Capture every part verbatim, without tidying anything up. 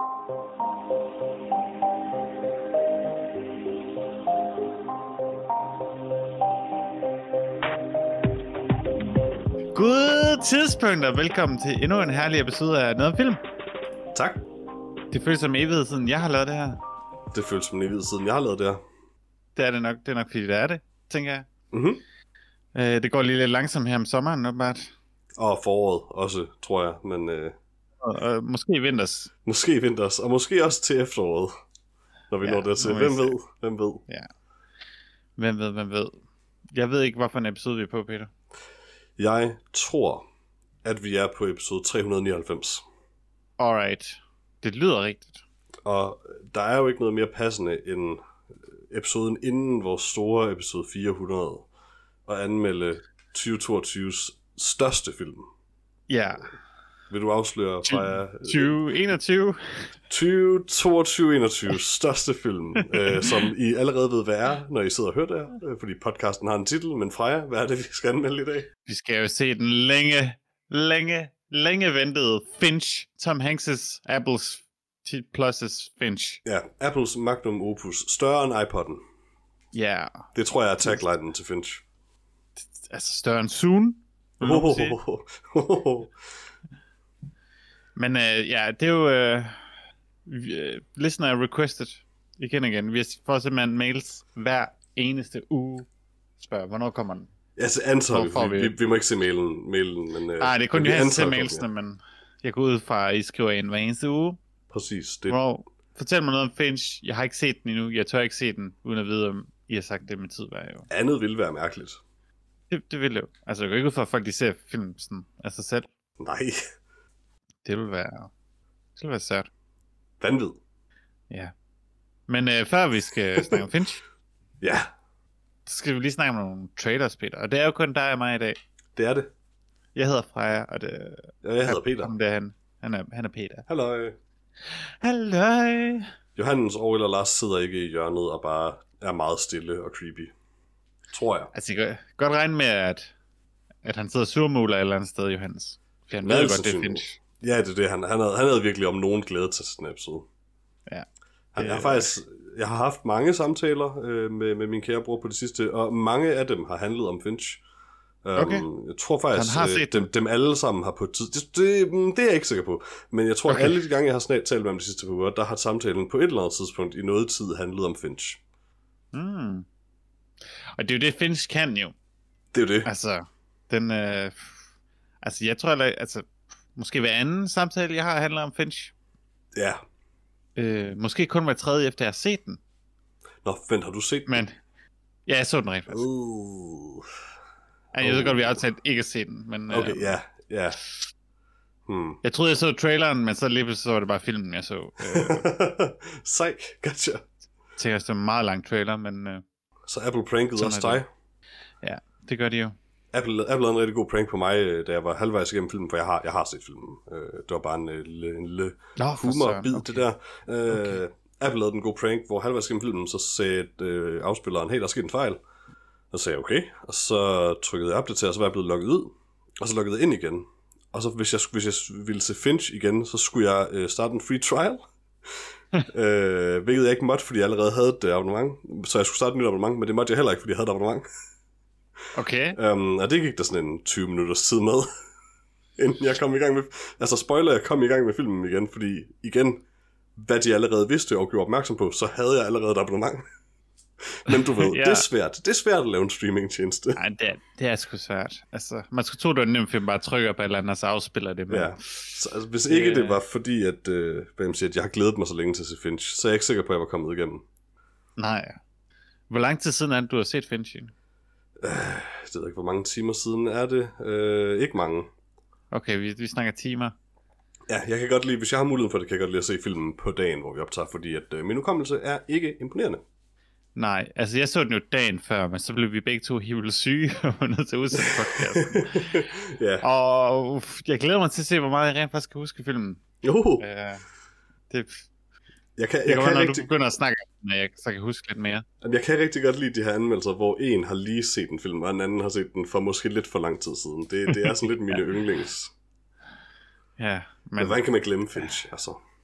God tidspunkt, og velkommen til endnu en herlig episode af Noget om Film. Tak. Det føles som evighed siden jeg har lavet det her. Det føles som evighed siden jeg har lavet det her. Det er det nok, det er nok fordi det er det, tænker jeg. Mhm. Uh, det går lige lidt langsomt her om sommeren, åbenbart. Og foråret også, tror jeg, men... Øh, og, uh, måske vinters. Måske vinters, og måske også til efteråret, når vi ja, når det til. Hvem ved? Hvem ved? Ja. Hvem ved, hvem ved? Jeg ved ikke, hvorfor en episode vi er på, Peter. Jeg tror, at vi er på episode tre hundrede nioghalvfems. Alright. Det lyder rigtigt. Og der er jo ikke noget mere passende end episoden inden vores store episode fire hundrede at anmelde tyve toogtyves største film. Ja. Vil du afsløre fra tyve enogtyve tyve toogtyve enogtyve største film, øh, som I allerede ved, hvad er, når I sidder og hører det her, øh, fordi podcasten har en titel, men Freja, hvad er det, vi skal anmelde i dag? Vi skal jo se den længe, længe, længe ventede Finch, Tom Hanks' Apples Plus' Finch. Ja, Apples magnum opus, større end iPod'en. Ja. Yeah. Det tror jeg er taglinen til Finch. Altså større end Soon. Oh, oh, oh, oh, oh. Men øh, ja, det er jo øh, uh, listener requested igen og igen. Vi får simpelthen mails hver eneste uge. Spørger, hvornår kommer den? Ja, så antager vi, vi, vi, vi må ikke se mailen. mailen men, øh, Nej, det er kun jeg til mailsene, men jeg går ud fra, at I skriver ind hver eneste uge. Præcis. Det... Hvornår, fortæl mig noget om Finch. Jeg har ikke set den endnu. Jeg tør ikke se den, uden at vide, om I har sagt det med tid hver jo. Andet ville være mærkeligt. Det, det vil jo. Altså, jeg går ikke ud fra, at folk de ser film sådan af sig selv. Nej. Det vil være... Det vil være sært. Vanvid. Ja. Men øh, før vi skal snakke om Finch... Ja. Så skal vi lige snakke om nogle trailers, Peter. Og det er jo kun dig og mig i dag. Det er det. Jeg hedder Freja, og det... Ja, jeg hedder Peter. Ham, det er han. Han er, han er Peter. Halløj. Halløj. Johannes og eller Lars sidder ikke i hjørnet og bare er meget stille og creepy. Tror jeg. Altså, jeg kan godt regne med, at, at han sidder surmuler et eller andet sted, Johannes. For han ved jo godt, det er Finch. Ja, det er det. Han, han, havde, han havde virkelig om nogen glæde til sådan en episode. Ja. Han, jeg, har faktisk, jeg har haft mange samtaler øh, med, med min kære bror på det sidste, og mange af dem har handlet om Finch. Okay. Um, jeg tror faktisk, han har set øh, dem, dem alle sammen har på tid... Det, det, det er jeg ikke sikker på. Men jeg tror, okay. at alle de gange, jeg har snart talt med ham de sidste par uger, der har samtalen på et eller andet tidspunkt i noget tid handlet om Finch. Mm. Og det er jo det, Finch kan jo. Det er jo det. Altså, den... Øh... Altså, jeg tror, at altså, måske hver anden samtale, jeg har, handler om Finch. Ja. Øh, måske kun hver tredje, efter jeg har set den. Nå, vent, har du set den? Men... Ja, jeg så den rent faktisk. Uh... Ja, jeg ved godt, vi har aftalt ikke at se den, men... Okay, øh... ja, ja. Hmm. Jeg troede, jeg så traileren, men så lige pludselig så var det bare filmen, jeg så. Øh... Psych, gotcha. Jeg tænker også, det var en meget lang trailer, men... Øh... Så Apple prankede også dig? Ja, det gør de jo. Apple, Apple havde en rigtig god prank på mig, da jeg var halvvejs igennem filmen, for jeg har, jeg har set filmen. Det var bare en lille, en lille humorbid, okay. Det der. Okay. Apple lavede en god prank, hvor halvvejs igennem filmen, så sagde øh, afspilleren, hey, der er sket en fejl. Og så sagde jeg, okay. Og så trykkede jeg opdater, og så var jeg blevet logget ud. Og så loggede jeg ind igen. Og så hvis jeg, hvis jeg ville se Finch igen, så skulle jeg øh, starte en free trial. øh, hvilket jeg ikke måtte, fordi jeg allerede havde et abonnement. Så jeg skulle starte et nyt abonnement, men det måtte jeg heller ikke, fordi jeg havde et abonnement. Okay. Um, og det gik der sådan en tyve minutters tid med, inden jeg kom i gang med... Altså spoiler, jeg kom i gang med filmen igen, fordi igen, hvad de allerede vidste og gjorde opmærksom på, så havde jeg allerede et abonnement. Men du ved, ja. det er svært. Det er svært at lave en streamingtjeneste. Nej, det er, det er sgu svært. Altså, man skulle tro, det var en nem film, bare trykker på et eller andet, og så afspiller det. Men... Ja. Så, altså, hvis ikke det var fordi, at, øh, hvad man siger, at jeg har glædet mig så længe til at se Finch, så er jeg ikke sikker på, at jeg var kommet igennem. Nej. Hvor lang tid siden er det, du har set Finch? Øh, jeg ved ikke, hvor mange timer siden er det. Øh, ikke mange. Okay, vi, vi snakker timer. Ja, jeg kan godt lide, hvis jeg har muligheden for det, kan jeg godt lide at se filmen på dagen, hvor vi optager, fordi at øh, min hukommelse er ikke imponerende. Nej, altså jeg så den jo dagen før, men så blev vi begge to helt syge og var nødt til at udsætte podcasten. Ja. Og uff, jeg glæder mig til at se, hvor meget jeg rent faktisk kan huske filmen. Jo. Uh, det jeg kan, jeg det kan, kan når rigtig... du begynder at snakke om den, jeg så kan huske lidt mere. Jeg kan rigtig godt lide de her anmeldelser, hvor en har lige set en film, og en anden har set den for måske lidt for lang tid siden. Det, det er sådan lidt mine yndlings. Ja, men... men hvordan kan man glemme Finch, altså?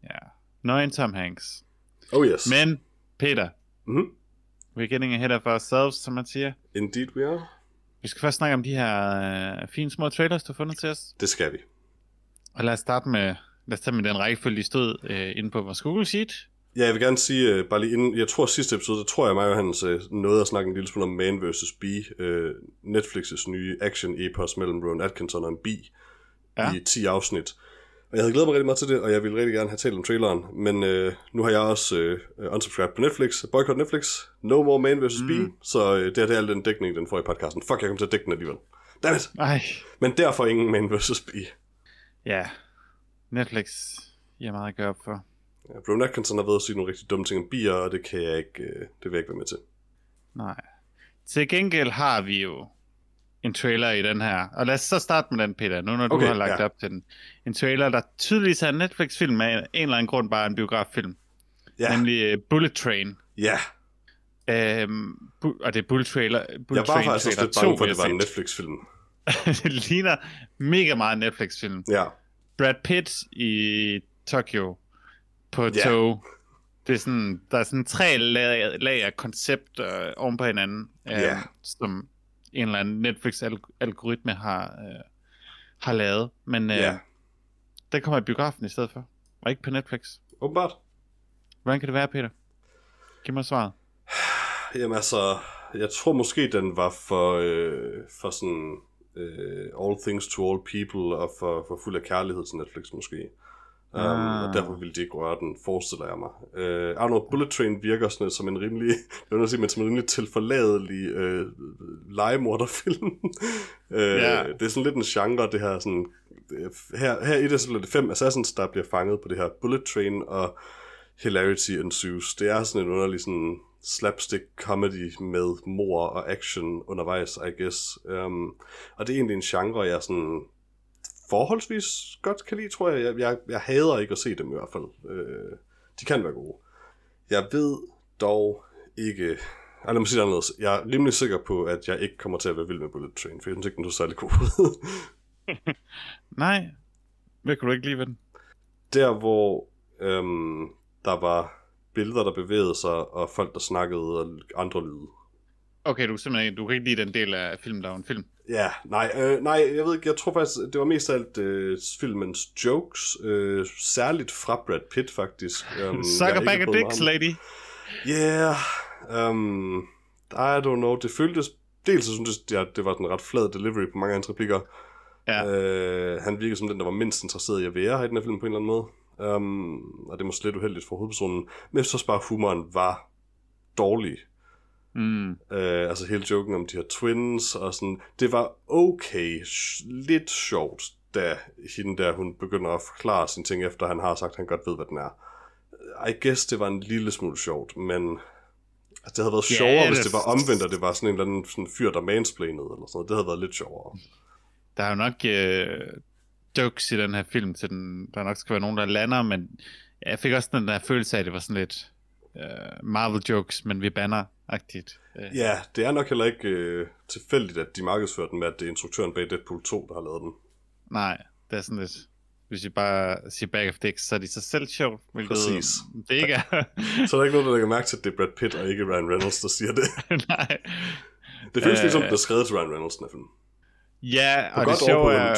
Ja. Nøgen Tom Hanks. Oh yes. Men, Peter. Mm-hmm. We're getting ahead of ourselves, som man siger. Indeed we are. Vi skal først snakke om de her uh, fine små trailers, du har fundet til os. Det skal vi. Og lad os starte med, lad os tage med den rækkefølge, de stod uh, inde på vores Google Sheet. Ja, jeg vil gerne sige, uh, bare lige inden, jeg tror sidste episode, der tror jeg mig og Hans uh, nåede at snakke en lille smule om Man versus. Bee, uh, Netflix's nye action-epos mellem Rowan Atkinson og en bi ja. i ti afsnit. Og jeg havde glædet mig rigtig meget til det, og jeg ville rigtig gerne have talt om traileren, men uh, nu har jeg også uh, unsubscribed på Netflix, boycott Netflix, no more Man versus. Mm. Bee, så uh, det er det al den dækning, den får i podcasten. Fuck, jeg kom til at dække den alligevel. Dammit! Ej. Men derfor ingen Man versus. Bee. Ja, Netflix, jeg er meget at gøre op for. Ja, Rowan Atkinson har været at sige nogle rigtig dumme ting om bier, og det kan jeg ikke, det vil jeg ikke være med til. Nej. Til gengæld har vi jo en trailer i den her. Og lad os så starte med den, Peter, nu når du okay, har lagt ja. op til den. En trailer, der tydeligvis er en Netflix-film, af en eller anden grund bare en biograffilm. Ja. Nemlig uh, Bullet Train. Ja. Øhm, bu- og det er Bullet Trailer. Bullet jeg var faktisk også lidt bange for, at det var en Netflix-film. Det ligner mega meget en Netflix-film. Ja. Brad Pitt i Tokyo på ja. tog. Det er sådan, der er sådan tre lag, lag af koncept øh, oven på hinanden, øh, ja. som en eller anden Netflix-algoritme har, øh, har lavet. Men øh, ja. den kommer i biografen i stedet for, og ikke på Netflix. Åbenbart. Hvordan kan det være, Peter? Giv mig svaret. Jamen altså, jeg tror måske, den var for, øh, for sådan øh, all things to all people, og for, for fuld af kærlighed til Netflix måske. Um, ah. Og derfor ville de ikke røre den, forestiller jeg mig. uh, I don't know, Bullet Train virker sådan som en rimelig, jeg vil sige, men som en rimelig tilforladelig uh, legemorderfilm. uh, yeah. Det er sådan lidt en genre, det her sådan, her, her i det så bliver det fem assassins, der bliver fanget på det her Bullet Train, og hilarity ensues. Det er sådan en underlig sådan slapstick comedy med mord og action undervejs, I guess. Um, og det er egentlig en genre, jeg sådan forholdsvis godt kan lide, tror jeg. Jeg, jeg. jeg hader ikke at se dem i hvert fald. Øh, de kan være gode. Jeg ved dog ikke... Ej, lad mig sige det anderledes. Jeg er rimelig sikker på, at jeg ikke kommer til at være vild med Bullet Train, for jeg synes ikke, den er særlig god. Nej. Hvad kunne du ikke lide ved den? Der, hvor øhm, der var billeder, der bevægede sig, og folk, der snakkede, og andre lyde. Okay, du simpelthen du kan ikke lide den del af filmen, der var en film? Ja, nej, øh, nej, jeg ved ikke, jeg tror faktisk, det var mest af alt øh, filmens jokes, øh, særligt fra Brad Pitt faktisk. Um, Suck a bag of dicks, lady. Yeah, um, I don't know, det føltes, dels så synes jeg, det var den ret flad delivery på mange af hans replikker. Ja. Øh, han virkede som den, der var mindst interesseret i at være her i den her film på en eller anden måde. Um, og det var slet uheldigt for hovedpersonen, men så bare humoren var dårlig. Mm. Øh, altså hele joken om de her twins og sådan, det var okay, sh- lidt sjovt, da hende der, hun begynder at forklare sine ting, efter han har sagt, at han godt ved, hvad den er. I guess det var en lille smule sjovt, men altså, det havde været yeah, sjovere, hvis det var omvendt, og det var sådan en eller anden sådan fyr, der mansplainede eller sådan noget. Det havde været lidt sjovere. Der er jo nok øh, jokes i den her film, til den, der nok skal være nogen, der lander, men jeg fik også den der følelse af, at det var sådan lidt Uh, Marvel jokes, men vi banner-agtigt. Uh. Ja, det er nok heller ikke uh, tilfældigt, at de markedsfører den med, at det er instruktøren bag Deadpool to, der har lavet den. Nej, det er sådan lidt... Hvis vi bare siger bag of dicks, så er de så selv sjovt, hvilket præcis. Det ikke er. Så er der ikke nogen, der lægger mærke til, at det er Brad Pitt og ikke Ryan Reynolds, der siger det. Nej. Det føles uh, ligesom, det er skrevet til Ryan Reynolds, den her film. Ja, og det sjove er...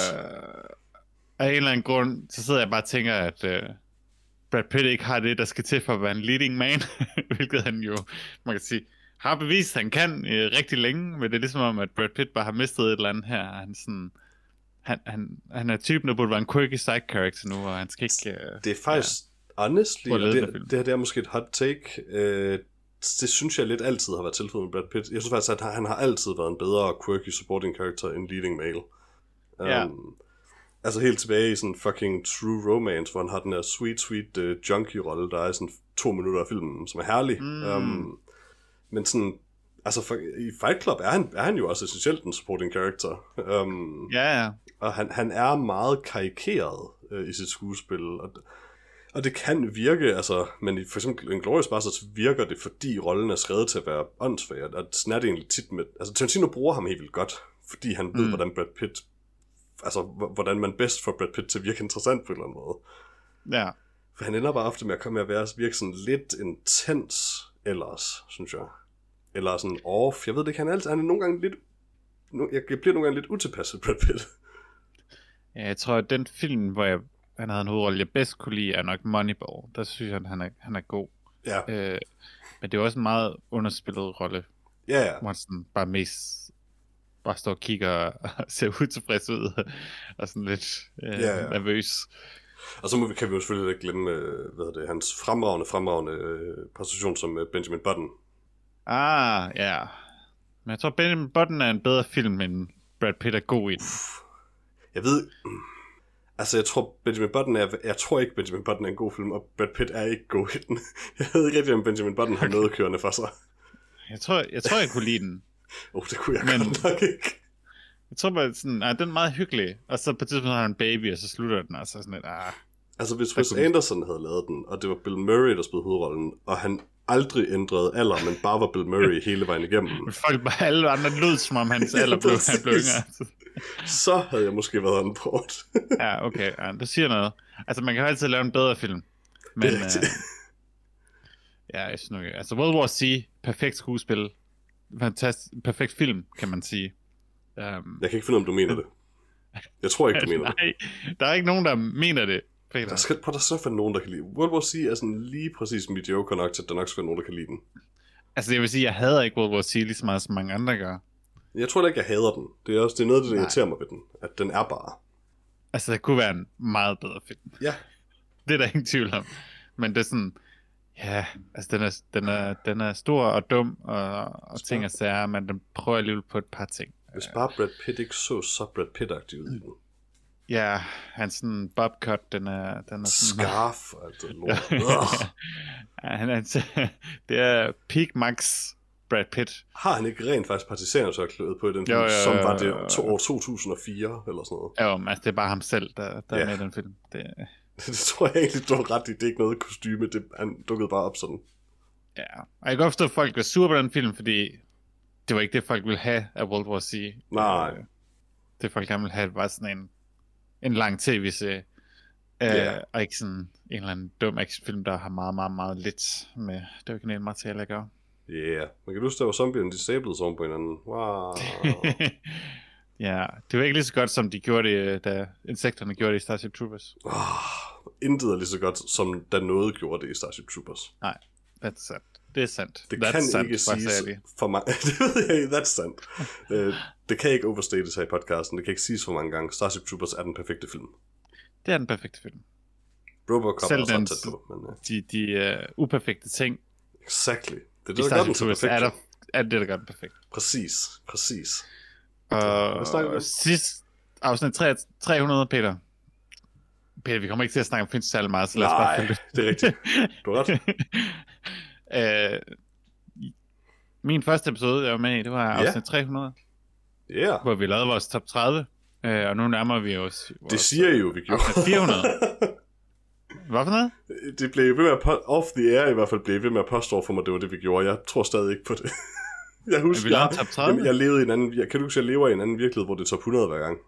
Af en eller anden grund, så sidder jeg bare og tænker, at... Uh, Brad Pitt ikke har det, der skal til for at være en leading man, hvilket han jo, man kan sige, har bevist, at han kan øh, rigtig længe, men det er ligesom om, at Brad Pitt bare har mistet et eller andet her. Han, sådan, han, han, han er typen, der burde være en quirky side character nu, og han skal ikke... Øh, det er faktisk, ja, honestly, og det, det her det er måske et hot take, øh, det synes jeg lidt altid har været tilfældet med Brad Pitt. Jeg synes faktisk, at han har altid været en bedre quirky supporting character end leading male. Um, ja. Altså helt tilbage i sådan fucking True Romance, hvor han har den der sweet, sweet uh, junkie-rolle, der er sådan to minutter af filmen, som er herlig. Mm. Um, men sådan, altså for, i Fight Club er han, er han jo også essentielt en supporting character. Um, ja, ja. Og han, han er meget karikeret uh, i sit skuespil, og, og det kan virke, altså, men i for eksempel Inglourious Basterds virker det, fordi rollen er skrevet til at være åndssvag, og sådan er det egentlig tit med, altså Tarantino bruger ham helt vildt godt, fordi han ved, mm. hvordan Brad Pitt, altså hvordan man bedst får Brad Pitt til at virke interessant på en eller anden måde. Ja. For han ender bare ofte med at komme med at være, virke sådan lidt intens ellers, synes jeg. Eller sådan off. Jeg ved det ikke, han er, altid, han er nogle gange lidt... Jeg bliver nogle gange lidt utilpasset, Brad Pitt. Ja, jeg tror, at den film, hvor jeg, han havde en hovedrolle, jeg bedst kunne lide, er nok Moneyball. Der synes jeg, at han er, han er god. Ja. Øh, men det er også en meget underspillet rolle. Ja, ja. Hvor han sådan bare mest bare står og kigger og ser utilfreds ud. Og sådan lidt øh, ja, ja. nervøs. Og så må vi, kan vi jo selvfølgelig ikke glemme hvad det, hans fremragende, fremragende øh, præstation som Benjamin Button. Ah, ja. Men jeg tror, Benjamin Button er en bedre film, end Brad Pitt er god i den. Jeg ved... Altså, jeg tror, Benjamin Button er... Jeg tror ikke, Benjamin Button er en god film, og Brad Pitt er ikke god i den. Jeg ved ikke rigtig, om Benjamin Button har noget kørende for sig. Jeg tror, jeg, tror, jeg kunne lide den. Åh, oh, det kunne jeg men... godt nok ikke. Jeg tror bare sådan, ah, den er meget hyggelig. Og så på et tidspunkt har han en baby, og så slutter den, og så sådan lidt, ah... Altså, hvis Wes kunne... Anderson havde lavet den, og det var Bill Murray, der spillede hovedrollen, og han aldrig ændrede alder, men bare var Bill Murray hele vejen igennem. Folk bare alle andre lød, som om hans alder blev, han blev yngre. Så havde jeg måske været on board. Ja, okay. Ja, det siger noget. Altså, man kan jo altid lave en bedre film. Men, det er øh, ja, jeg synes nok, altså World War C, perfekt skuespil. Fantastisk, perfekt film, kan man sige. Um, jeg kan ikke finde, om du mener det. Jeg tror ikke, du mener nej, det. Der er ikke nogen, der mener det. Peter. Der skal, der skal være nogen, der kan lide. World War C er sådan lige præcis mediocre nok til, at der nok skal være nogen, der kan lide den. Altså, jeg vil sige, jeg hader ikke World War C lige så meget, som mange andre gør. Jeg tror da ikke, jeg hader den. Det er også det er noget, der irriterer mig ved den. At den er bare... Altså, det kunne være en meget bedre film. Ja. Det er der ingen tvivl om. Men det er sådan... Ja, altså, den er, den er, den er stor og dum, og, og ting og sager, men den prøver alligevel på et par ting. Hvis bare Brad Pitt ikke så så Brad Pitt-agtig ud i den. Ja, hans sådan bobcut, den er... Den er sådan, scarf og alt det lort. Ja, han er, det er peak max Brad Pitt. Har han ikke rent faktisk partiserende på i den film, jo, jo, jo, som var det to, år to tusind og fire eller sådan noget? Jo, altså det er bare ham selv, der, der ja. er med i den film. Det... det tror jeg egentlig, du har ret i. Det er ikke noget kostyme, det, han dukkede bare op sådan. Ja, og jeg kan godt forstå, at folk var sure på den film, fordi det var ikke det, folk ville have af World War C. Nej. Det, det folk gerne ville have, var sådan en, en lang tv-serie. Yeah. Uh, og ikke sådan en eller anden dum actionfilm, der har meget, meget, meget lidt med det originale materiale at gøre. Ja, yeah. Man kan huske, der var zombierne, de sablede sig om på hinanden. Wow. Ja, det var ikke lige så godt, som de gjorde det, da insekterne gjorde det i Starship Troopers. Oh, intet er lige så godt, som da noget gjorde det i Starship Troopers. Nej, that's sandt. Det er sandt. Det that's kan sandt, ikke siges for mig. Det ved jeg ikke, that's sandt. uh, det kan ikke overstates her i podcasten. Det kan ikke siges for mange gange. Starship Troopers er den perfekte film. Det er den perfekte film. Robocop selv er også den, tæt på. Men, uh... de, de uh, uperfekte ting. Exactly. Det er det, der gør den så perfekt. Er, der, er det, der gør den perfekt. Præcis, præcis. Og sidst afsnit tre hundrede, Peter. Peter, vi kommer ikke til at snakke om film særlig meget, så lad os Nej, bare følge det. Det er rigtigt. Du har uh, ret. min første episode, jeg var med i, det var afsnit yeah. tre hundrede. Ja. Yeah. Hvor vi lavede vores top tredive. Uh, og nu nærmer vi os... Vores, det siger I jo, vi gjorde. fire hundrede. Hvad for noget? Det blev ved med at på- off the air i hvert fald blev ved med at påstå for mig, det var det, vi gjorde. Jeg tror stadig ikke på det. Jeg husker, jeg, jeg, jeg levede i en anden... Jeg, kan du huske, jeg lever i en anden virkelighed, hvor det er top hundrede hver gang?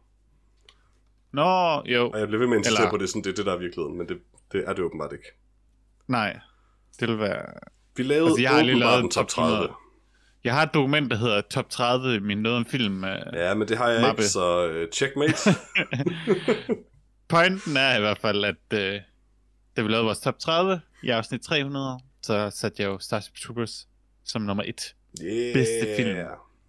Nå, jo. Og jeg blev ved med at insistere Eller... på det, sådan, det er det, der er virkeligheden, men det, det er det åbenbart ikke. Nej, det vil være... Vi lavede altså, jeg har lige lavet en top tredive. Jeg har et dokument, der hedder top tredive i min noget om film. Uh, ja, men det har jeg mappe. Ikke, så uh, checkmate. Pointen er i hvert fald, at uh, da vi lavede vores top tredive i afsnit tre hundrede, så satte jeg jo Starship Troopers som nummer et. Yeah. Bedste film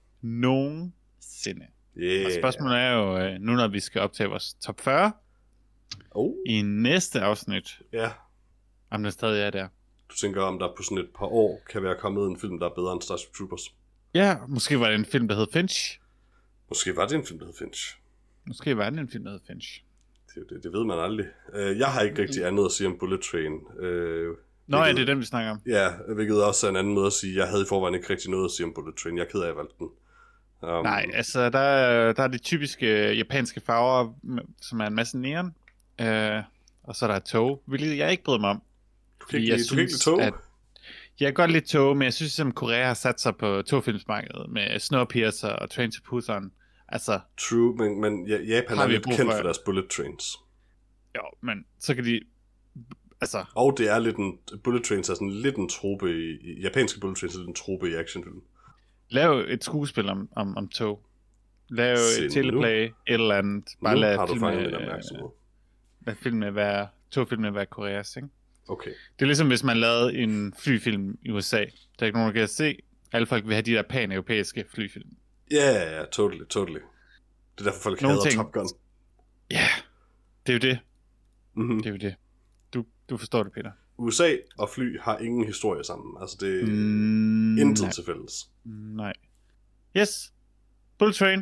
nogensinde. Yeah. Og spørgsmålet er jo, uh, nu når vi skal optage vores top fyrre, oh. i næste afsnit, yeah. om der stadig er der. Du tænker, om der på sådan et par år kan være kommet en film, der er bedre end Starship Troopers? Ja, måske var det en film, der hed Finch. Måske var det en film, der hed Finch. Måske var det en film, der hed Finch. Det, det, det ved man aldrig. Jeg har ikke rigtig andet at sige om Bullet Train. Øh, Nå ja, det er den, vi snakker om. Ja, hvilket også er en anden måde at sige. Jeg havde i forvejen ikke rigtig noget at sige om Bullet Train. Jeg er ked af, at jeg valgte den. Um, Nej, altså der er, der er de typiske japanske farver, som er en masse neon. Øh, og så er der et tog, hvilket jeg ikke bryder mig om. Du kan ikke, jeg du synes, tog? At jeg kan godt lide tog, men jeg synes, at Korea har sat sig på togfilmsmarkedet med Snowpiercer og Train to Busan. Altså, true, men, men Japan er lidt kendt for deres bullet trains. Jo, men så kan de altså... Og det er lidt en... Bullet Trains er sådan lidt en trope i... i japanske Bullet Trains er lidt en trope i actionfilm. Lav et skuespil om, om, om tog. Lav Se, et teleplay, et eller andet. Bare nu lad har du filme, fanget min opmærksomhed. Lad filmene være... Togfilmene være koreas, ikke? Okay. Det er ligesom, hvis man lavede en flyfilm i U S A. Der er ikke nogen, der kan se. Alle folk vil have de der pan-europæiske flyfilm. Ja, ja, ja, totally, totally. Det er derfor, folk Nogle hader ting... Top Gun. Ja, yeah. Det er jo det. Mm-hmm. Det er jo det. Du, du forstår det, Peter. U S A og fly har ingen historie sammen. Altså, det er mm, intet til fælles. Nej. Yes. Bullet Train.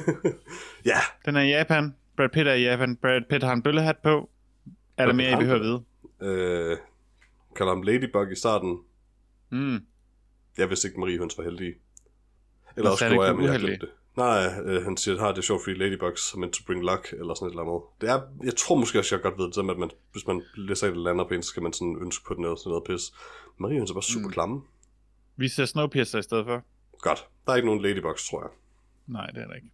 Ja. Yeah. Den er i Japan. Brad Pitt er i Japan. Brad Pitt har en bøllehat på. Er der mere, I behøver at vide? Øh, kalder ham Ladybug i starten. Mm. Jeg vidste ikke, Marie Høns var heldig. Eller også gjorde jeg, men jeg glemte det. Nej, øh, han siger, at har det er sjovt, fordi Ladybugs er meant to bring luck, eller sådan et eller andet. Det er, jeg tror måske også, jeg godt ved det, at man, hvis man læser et eller andet på en, så skal man sådan ønske på den eller sådan noget pis. Marie Høns er bare super mm. klamme. Vi ser Snowpiercer i stedet for. Godt. Der er ikke nogen Ladybugs, tror jeg. Nej, det er der ikke.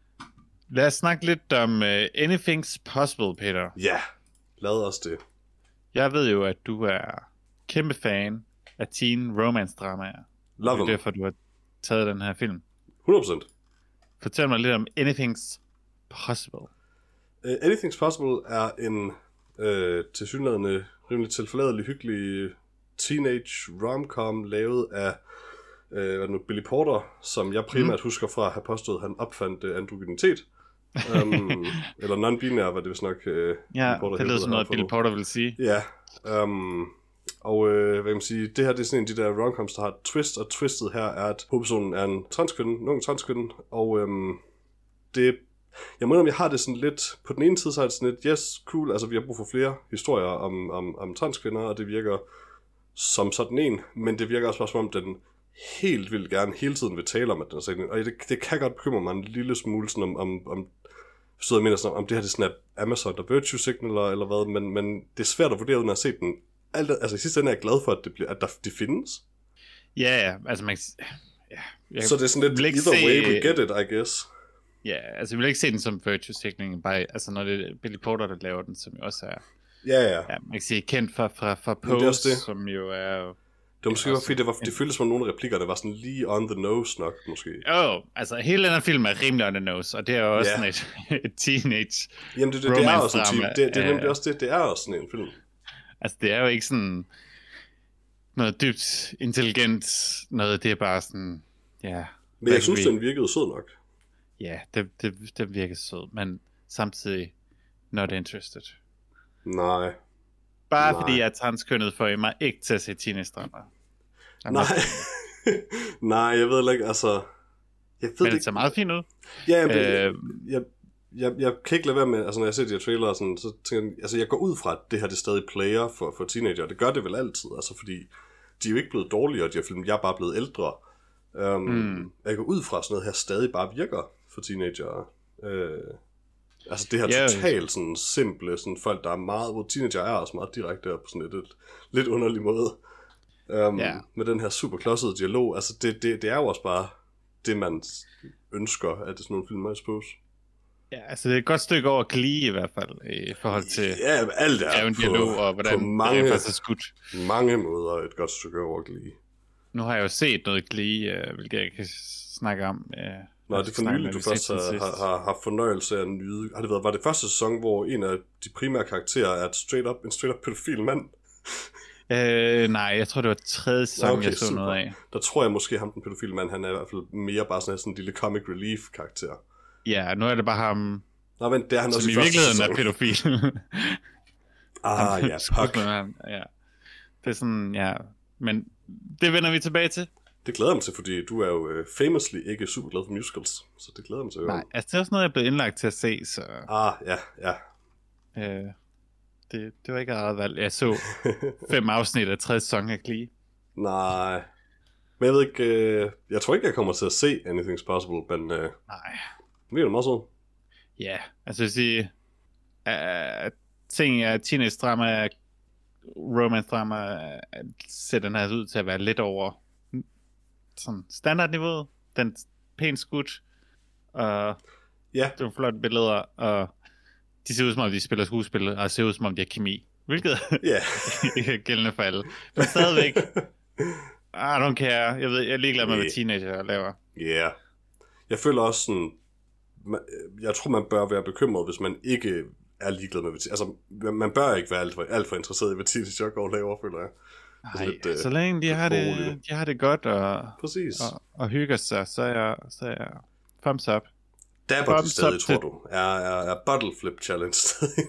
Lad os snakke lidt om uh, Anything's Possible, Peter. Ja, lad os det. Jeg ved jo, at du er kæmpe fan af teen romance-dramaer. Love them. Det er derfor, du har taget den her film. hundrede procent. Fortæl mig lidt om Anything's Possible. Uh, Anything's Possible er en uh, tilsyneladende rimelig tilforladelig, hyggelig teenage rom-com lavet af uh, hvad er det nu, Billy Porter, som jeg primært mm. husker fra at have påstået, at han opfandt uh, androgynitet. um, eller non-binær, var det vist nok. Uh, ja, Porter det lyder som noget, Billy Porter vil sige. Ja, um, og øh, hvad kan man sige, det her det er sådan en af de der romcoms, der har et twist, og twistet her er, at hovedpersonen er en transkvinde, en ung transkvinde, og øhm, det, jeg mener, om jeg har det sådan lidt, på den ene side så er det sådan lidt, yes, cool, altså vi har brug for flere historier om, om, om transkvinder, og det virker som sådan en, men det virker også bare som om, den helt vildt gerne hele tiden vil tale om, at den er sådan en, og det, det kan godt bekymre mig en lille smule sådan om, om, om så jeg mener sådan, om det her det er sådan at Amazon der virtue signaler eller hvad, men, men det er svært at vurdere uden at have set den. Alt, altså i sidste ende er jeg glad for, at det, bliver, at der, det findes. Ja, ja, altså man ja, jeg så det er sådan lidt either se, way we get it, I guess. Ja, altså jeg vil ikke se den som virtue signaling, bare, altså når det er Billy Porter, der laver den, som jo også er, ja, ja. ja man kan sige, kendt fra, fra, fra Pose, som jo er... Det var måske også, fordi det, var, det føltes som nogle af replikker, der var sådan lige on the nose nok, måske. Jo, oh, altså hele den her film er rimelig on the nose, og det er jo også yeah. sådan et, et teenage Jamen det, det, det er også en team. Det, det er nemlig også det, det er også sådan en film. Altså det er jo ikke sådan noget dybt intelligent, noget, det er bare sådan, ja. Men jeg synes, vi... den virkede sød nok. Ja, det, det, det virkede sød, men samtidig not interested. Nej. Bare Nej. fordi jeg er transkønnet, får I mig ikke til at se teenage-drama. Nej. Nej, jeg ved ikke, altså... Jeg ved men det det ser meget fint ud. Ja, men, øh... jeg, jeg, jeg kan ikke lade være med, altså når jeg ser de her trailere, sådan, så tænker jeg, altså jeg går ud fra, at det her det er stadig player for, for teenager, det gør det vel altid, altså fordi de er jo ikke blevet dårligere, de her film, jeg er bare blevet ældre. Um, mm. Jeg går ud fra, at sådan noget her stadig bare virker for teenager. Uh, altså det her yeah. totalt sådan simple, sådan folk, der er meget, hvor teenager er også meget direkte på sådan et, et lidt underlig måde. Um, yeah. Med den her super klodsede dialog, altså det, det, det er jo også bare det, man ønsker, at det sådan nogle film er, I suppose. Ja, altså det er et godt stykke over Glee i hvert fald, i forhold til ja, alt er en dialog, på, og hvordan på mange, det er faktisk skudt. mange måder et godt stykke over Glee. Nu har jeg jo set noget Glee, uh, hvilket jeg kan snakke om. Uh, Nå, det er for nylig, du først har, har, har haft fornøjelse af at nyde. Har det været, var det første sæson, hvor en af de primære karakterer er et straight up, en straight up pædofil mand? Øh, nej, jeg tror det var tredje sæson, okay, jeg så super. Noget af. Der tror jeg måske, ham den pædofile mand, han er i hvert fald mere bare sådan, sådan en lille comic relief karakter. Ja, nu er det bare ham, Nå, men det er han som også i, i virkeligheden er pædofil. ah, ja, Puck. Ja. Det er sådan, ja, men det vender vi tilbage til. Det glæder mig til, fordi du er jo uh, famously ikke super glad for musicals, så det glæder mig til. Nej, altså det er også noget, jeg er blevet indlagt til at se, så... Ah, ja, ja. Øh, det, det var ikke eget valg. Jeg så fem afsnit af tredje sæson af Glee. Nej, men jeg ved ikke, øh, jeg tror ikke, jeg kommer til at se Anything's Possible, men... Øh, Nej. Det er meget sådan. Ja, altså jeg vil sige, uh, ting af teenage-drama, romance-drama, uh, ser den her ud til at være lidt over sådan standardniveauet. Den er pænt skudt, og ja. det er flotte billeder, og de ser ud som om, de spiller skuespil, og ser ud som om, de har kemi. Hvilket yeah. ikke er gældende for alle. Men stadigvæk, I don't care. Jeg, ved, jeg er ligeglad med, yeah. hvad teenager laver. Ja. Yeah. Jeg føler også sådan, man, jeg tror, man bør være bekymret, hvis man ikke er ligeglad med, altså man bør ikke være alt for, alt for interesseret i, hvad teenager går og laver, føler jeg. Nej, lidt, så længe de har, det, de har det godt og, og, og hygger sig, så er jeg, så er jeg thumbs up. Dapper de stadig, tror du? Er, er, er bottle flip challenge stadig?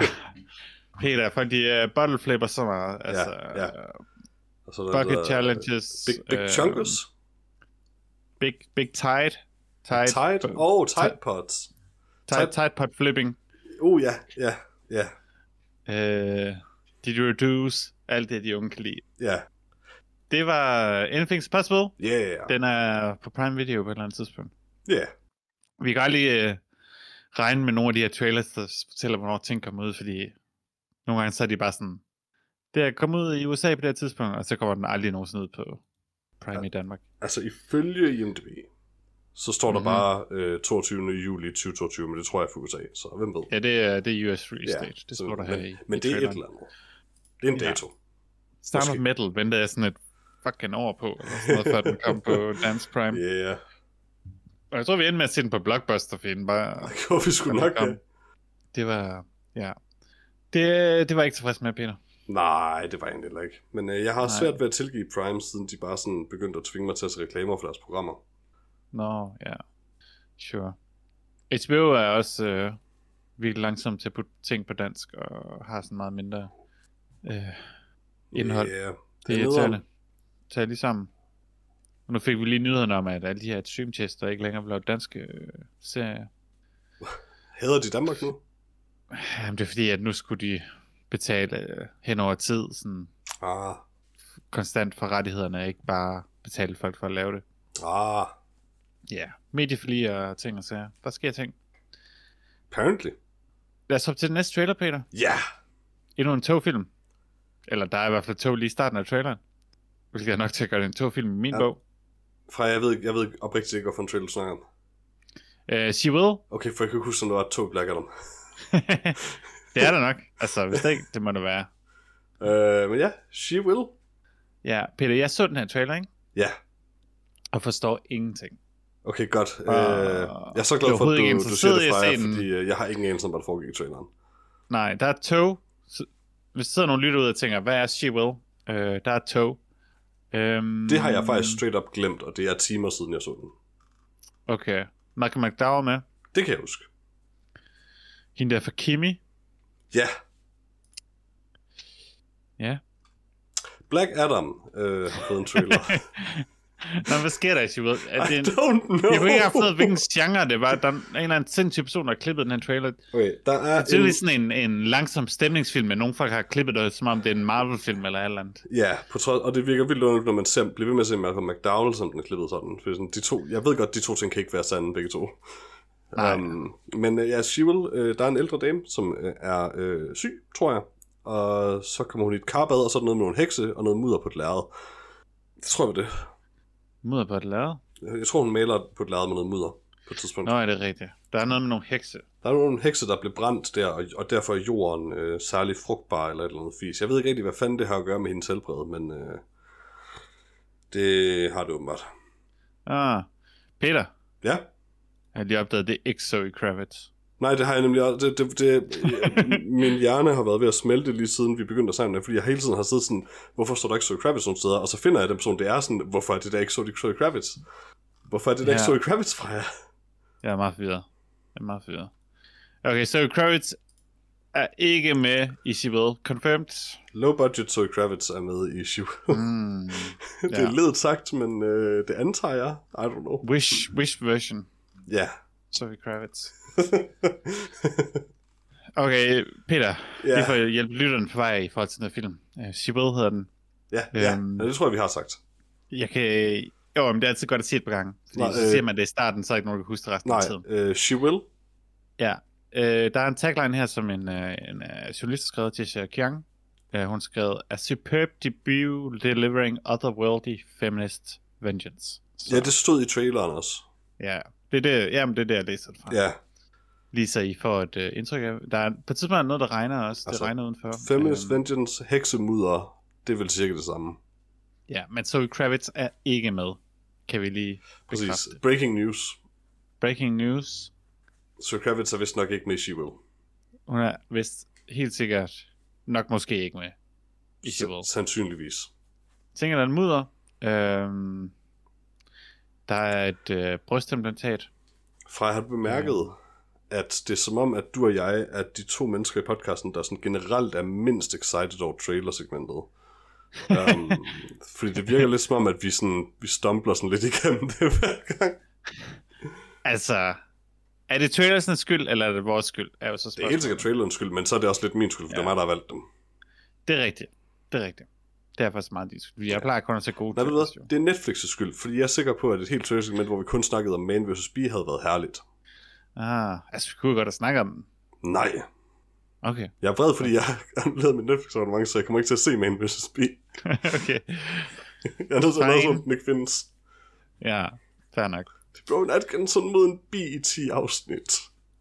Peter, for de uh, bottle flipper så meget. Altså, ja, ja. Og så bucket der, challenges. Big, big uh, chunkers? Big, big tide. Tide? Tide? Oh, tide pots. Tide, tide pot flipping. Oh, ja, ja, ja. Uh, did you reduce? Alt det, de unge kan lide. Ja. Yeah. Det var Anything's Possible. Yeah. Den er på Prime Video på et eller andet tidspunkt. Ja. Yeah. Vi kan aldrig uh, regne med nogle af de her trailers, der fortæller, hvornår ting kommer ud, fordi nogle gange så er de bare sådan, det er kommet ud i U S A på det her tidspunkt, og så kommer den aldrig nogensinde ud på Prime ja. i Danmark. Altså ifølge I M D B, så står der mm-hmm. bare øh, toogtyvende juli tyve toogtyve, men det tror jeg er for U S A, så hvem ved? Ja, det er, det er U S release date, det står der her men, i Men i det er et eller andet. Det er en dato. Ja. Sound of Metal venter jeg sådan et fucking år på, eller sådan noget, før den kom på Dance Prime. Ja, yeah. Og jeg tror, vi endte med at se den på Blockbuster, for den bare... Det gjorde vi sgu nok, ja. Det var... Ja. Det, det var jeg ikke tilfreds med, Peter. Nej, det var egentlig heller ikke. Men øh, jeg har Nej. svært ved at tilgive Prime, siden de bare sådan begyndte at tvinge mig til at se reklamer for deres programmer. Nå, ja. Sure. H B O er også øh, virkelig langsomt til at putte ting på dansk, og har sådan meget mindre øh, indhold. Yeah. Det er irriterende. Tag lige sammen. Og nu fik vi lige nyhederne om, at alle de her streamtester ikke længere vil lave danske øh, serier. Hedder de Danmark nu? Jamen, det er fordi, at nu skulle de betale øh, hen over tid, sådan ah. konstant for rettighederne, ikke bare betale folk for at lave det. Ah. Ja, yeah. Medieforlig og ting og sager. Der sker ting. Apparently. Lad os hoppe til den næste trailer, Peter. Ja. Yeah. Endnu en togfilm. Eller der er i hvert fald tog lige i starten af traileren. Hvilket er nok til at gøre det en togfilm i min ja. bog. Fra jeg ved, jeg ved oprigtigt ikke, hvorfor en trailer du snakker om. Uh, she Will. Okay, for jeg kan huske, om der var et tog Black Adam. Det er der nok. Altså, hvis det ikke, det må det være. Uh, men ja, She Will. Ja, Peter, jeg så den her trailer, ikke? Ja. Og forstår ingenting. Okay, godt. Uh, jeg er så glad for, at du, du siger det fra jer, fordi jeg har ingen anelse om, hvad der foregik i traileren. Nej, der er et tog. Hvis der sidder nogle lytter ud og tænker, hvad er She Will? Uh, der er et tog. Um, det har jeg faktisk straight up glemt, og det er timer siden, jeg så den. Okay. Malcolm McDowell med? Det kan jeg huske. Hende der for Kimi? Ja. Ja. Black Adam øh, har fået en trailer. Nå, hvad sker der i She Will? Er det en... I don't know. Jeg kunne ikke have fundet, hvilken genre det var. Der er en eller anden sindssyg person, der har klippet den her trailer. Okay, der er det er en... sådan en, en langsom stemningsfilm, men nogle folk har klippet det, som om det er en Marvel-film eller et eller andet. Ja, på trods, og det virker vildt underligt, når man ser, bliver ved med at se Malcolm McDowell, som den er klippet sådan. For sådan de to, jeg ved godt, de to ting kan ikke være sande, begge to. Um, men ja, She Will, øh, der er en ældre dame, som øh, er øh, syg, tror jeg. Og så kommer hun i et karbad, og så er der noget med nogle hekse og noget mudder på et lærred. Det tror jeg var det. Mudder på et lærred? Jeg tror, hun maler på et lærred med noget mudder på et tidspunkt. Nå, er det rigtigt. Der er noget med nogle hekse. Der er nogle hekse, der blev brændt der, og, og derfor er jorden øh, særlig frugtbar eller et eller andet fis. Jeg ved ikke rigtig, hvad fanden det har at gøre med hendes helbred, men øh, det har det åbenbart. Ah, Peter. Ja? Jeg har lige opdaget, det er ikke Zoe Kravitz. Nej, det har jeg nemlig også. Det, det, det, min hjerne har været ved at smelte lige siden vi begyndte at sammen, fordi jeg hele tiden har siddet sådan, hvorfor står der ikke Zoe Kravitz nogle steder? Og så finder jeg den person, det er sådan, hvorfor er det der ikke Zoe Kravitz? Hvorfor er det der ja. ikke Zoe Kravitz fra jer? Jeg er meget forvirret. Jeg er meget forvirret. Okay, Zoe Kravitz er ikke med i She Will. Confirmed. Low budget Zoe Kravitz er med i She Will. Mm, det ja. er ledet sagt, men øh, det antager jeg. I don't know. Wish, wish version. Ja. Yeah. Zoe Kravitz. Okay, Peter, yeah. lige for at hjælpe lytterne på vej i forhold til den her film. Uh, She Will hedder den. Ja, yeah, um, ja, det tror jeg, vi har sagt. Jeg kan... Jo, men det er altid godt at sige et par gange. Fordi nej, så øh... siger man det i starten, så er ikke nogen, der kan huske det resten nej, af tiden. Nej, uh, She Will. Ja, uh, der er en tagline her, som en, uh, en uh, journalist har skrevet, Tisha Kiang. Uh, hun har skrevet, a superb debut delivering otherworldly feminist vengeance. Så. Ja, det stod i traileren også. Ja, det er det, jamen, det er det, jeg læser det fra. Ja. lige så I får et uh, indtryk af. Der er på et tidspunkt noget, der regner også. Altså, det regner udenfor. Feminist um, Vengeance, heksemudder, det er vel cirka det samme. Ja, men Zoe Kravitz er ikke med. Kan vi lige bekræfte. Præcis. Breaking news. Breaking news. Zoe Kravitz er vist nok ikke med i She-Will. Hun er vist helt sikkert nok måske ikke med i She-Will. Sandsynligvis. Jeg tænker, der er en mudder. Øhm, der er et øh, brystimplantat. Fra jeg har bemærket, ja. at det er som om, at du og jeg er de to mennesker i podcasten, der sådan generelt er mindst excited over trailersegmentet. um, fordi det virker lidt som om, at vi, sådan, vi stumbler sådan lidt igennem det hver gang. Altså, er det trailersens skyld, eller er det vores skyld? Er jo så det er helt sikkert trailerens skyld, men så er det også lidt min skyld, for ja. det er mig, der har valgt dem. Det er rigtigt. Det er rigtigt. Det er faktisk meget din skyld. Jeg ja. plejer kun at tage gode Nej, trailers, det er Netflix' skyld, fordi jeg er sikker på, at et helt trailersegment, hvor vi kun snakkede om Man versus. Bee, havde været herligt. Ah, altså vi kunne godt have snakket om den. Nej. Okay. Jeg er vred, fordi jeg har lavet mit Netflix-abonnement, så jeg kommer ikke til at se Man versus. Bee. Okay. Jeg er nødt til at lade sådan, den ikke findes. Ja, fair nok. Det blev en Atkinson mod en bi i ti afsnit.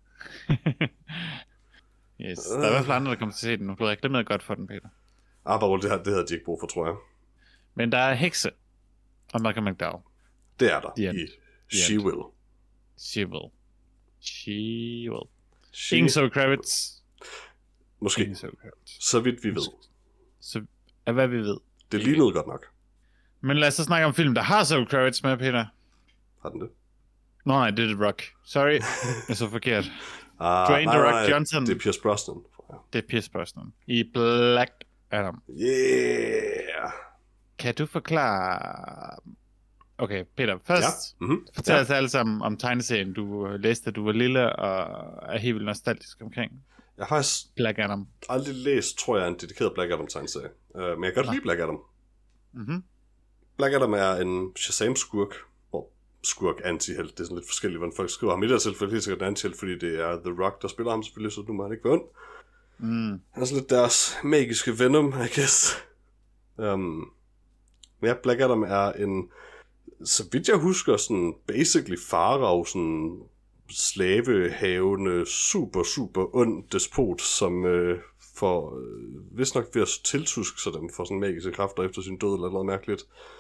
Yes, der er i hvert fald andre, der kommer til at se den nu. Du har reklameret godt for den, Peter. Ah, bare det, her, det havde de ikke brug for, tror jeg. Men der er hekse og Malcolm McDowell. Det er der yeah. i She-Will. She-Will. She-Will. She... Ingen Zoe Kravitz. Måske. Ingen Zoe Kravitz. Så vidt vi ved. Så er hvad vi ved. Det lignede godt nok. Men lad os så snakke om film, der har Zoe Kravitz med, Peter. Har den det? Nå nej, det er The Rock. Sorry, jeg er så forkert. Ah, Dwayne nej, The Rock nej, Johnson. Det er Pierce Brosnan. Det er Pierce Brosnan. I Black Adam. Yeah. Kan du forklare... Okay, Peter, først ja. mm-hmm. fortæl ja. os alle sammen om tegneserien, du læste, du var lille og er helt vildt nostalgisk omkring. Jeg har faktisk Black Adam. aldrig læst, tror jeg, en dedikeret Black Adam tegneserie. Uh, men jeg kan godt lide Black Adam. Mm-hmm. Black Adam er en Shazam-skurk. Hvor skurk anti-helt, det er sådan lidt forskelligt, hvordan folk skriver ham. I det her tilfælde helt sikkert anti-helt, fordi det er The Rock, der spiller ham selvfølgelig, så nu må han ikke være ond. Mm. Han er sådan lidt deres magiske Venom, I guess. Um, men ja, Black Adam er en, så vidt jeg husker, sådan basically Farao, sådan slavehavende, super, super ond despot, som øh, får, øh, vist nok ved at tiltuske sig dem for sådan magiske kræfter efter sin død, eller noget mærkeligt.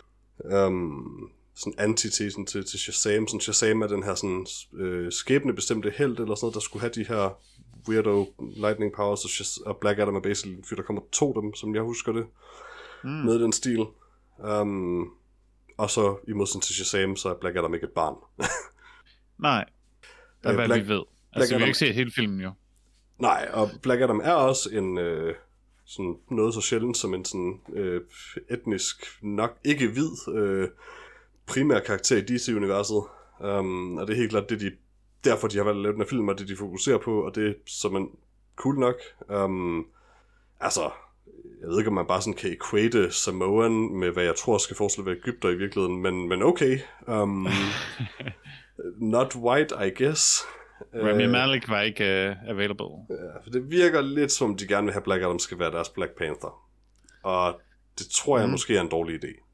Um, sådan antitesen til, til Shazam. Sådan, Shazam er den her sådan, øh, skæbnebestemte held, eller sådan noget, der skulle have de her weirdo lightning powers, og, Shaz- og Black Adam er basically en fyr, der kommer to af dem, som jeg husker det, mm. med den stil. Um, og så i modsætning til Shazam, så er Black Adam ikke et barn. Nej, det er hvad Black, vi ved. Altså, vi har ikke set hele filmen jo. Nej, og Black Adam er også en øh, sådan noget så sjældent som en sådan øh, etnisk, nok ikke hvid øh, primær karakter i D C-universet. Um, og det er helt klart det, de, derfor de har valgt at lave den her film, og det de fokuserer på, og det er så man cool nok. Um, altså, jeg ved ikke, om man bare sådan kan equate Samoan med, hvad jeg tror skal forestille at være Egypter i virkeligheden, men, men okay. Um, not white, I guess. Rami Malek var ikke uh, available. Ja, for det virker lidt som, de gerne vil have Black Adam skal være deres Black Panther. Og det tror jeg mm. måske er en dårlig idé.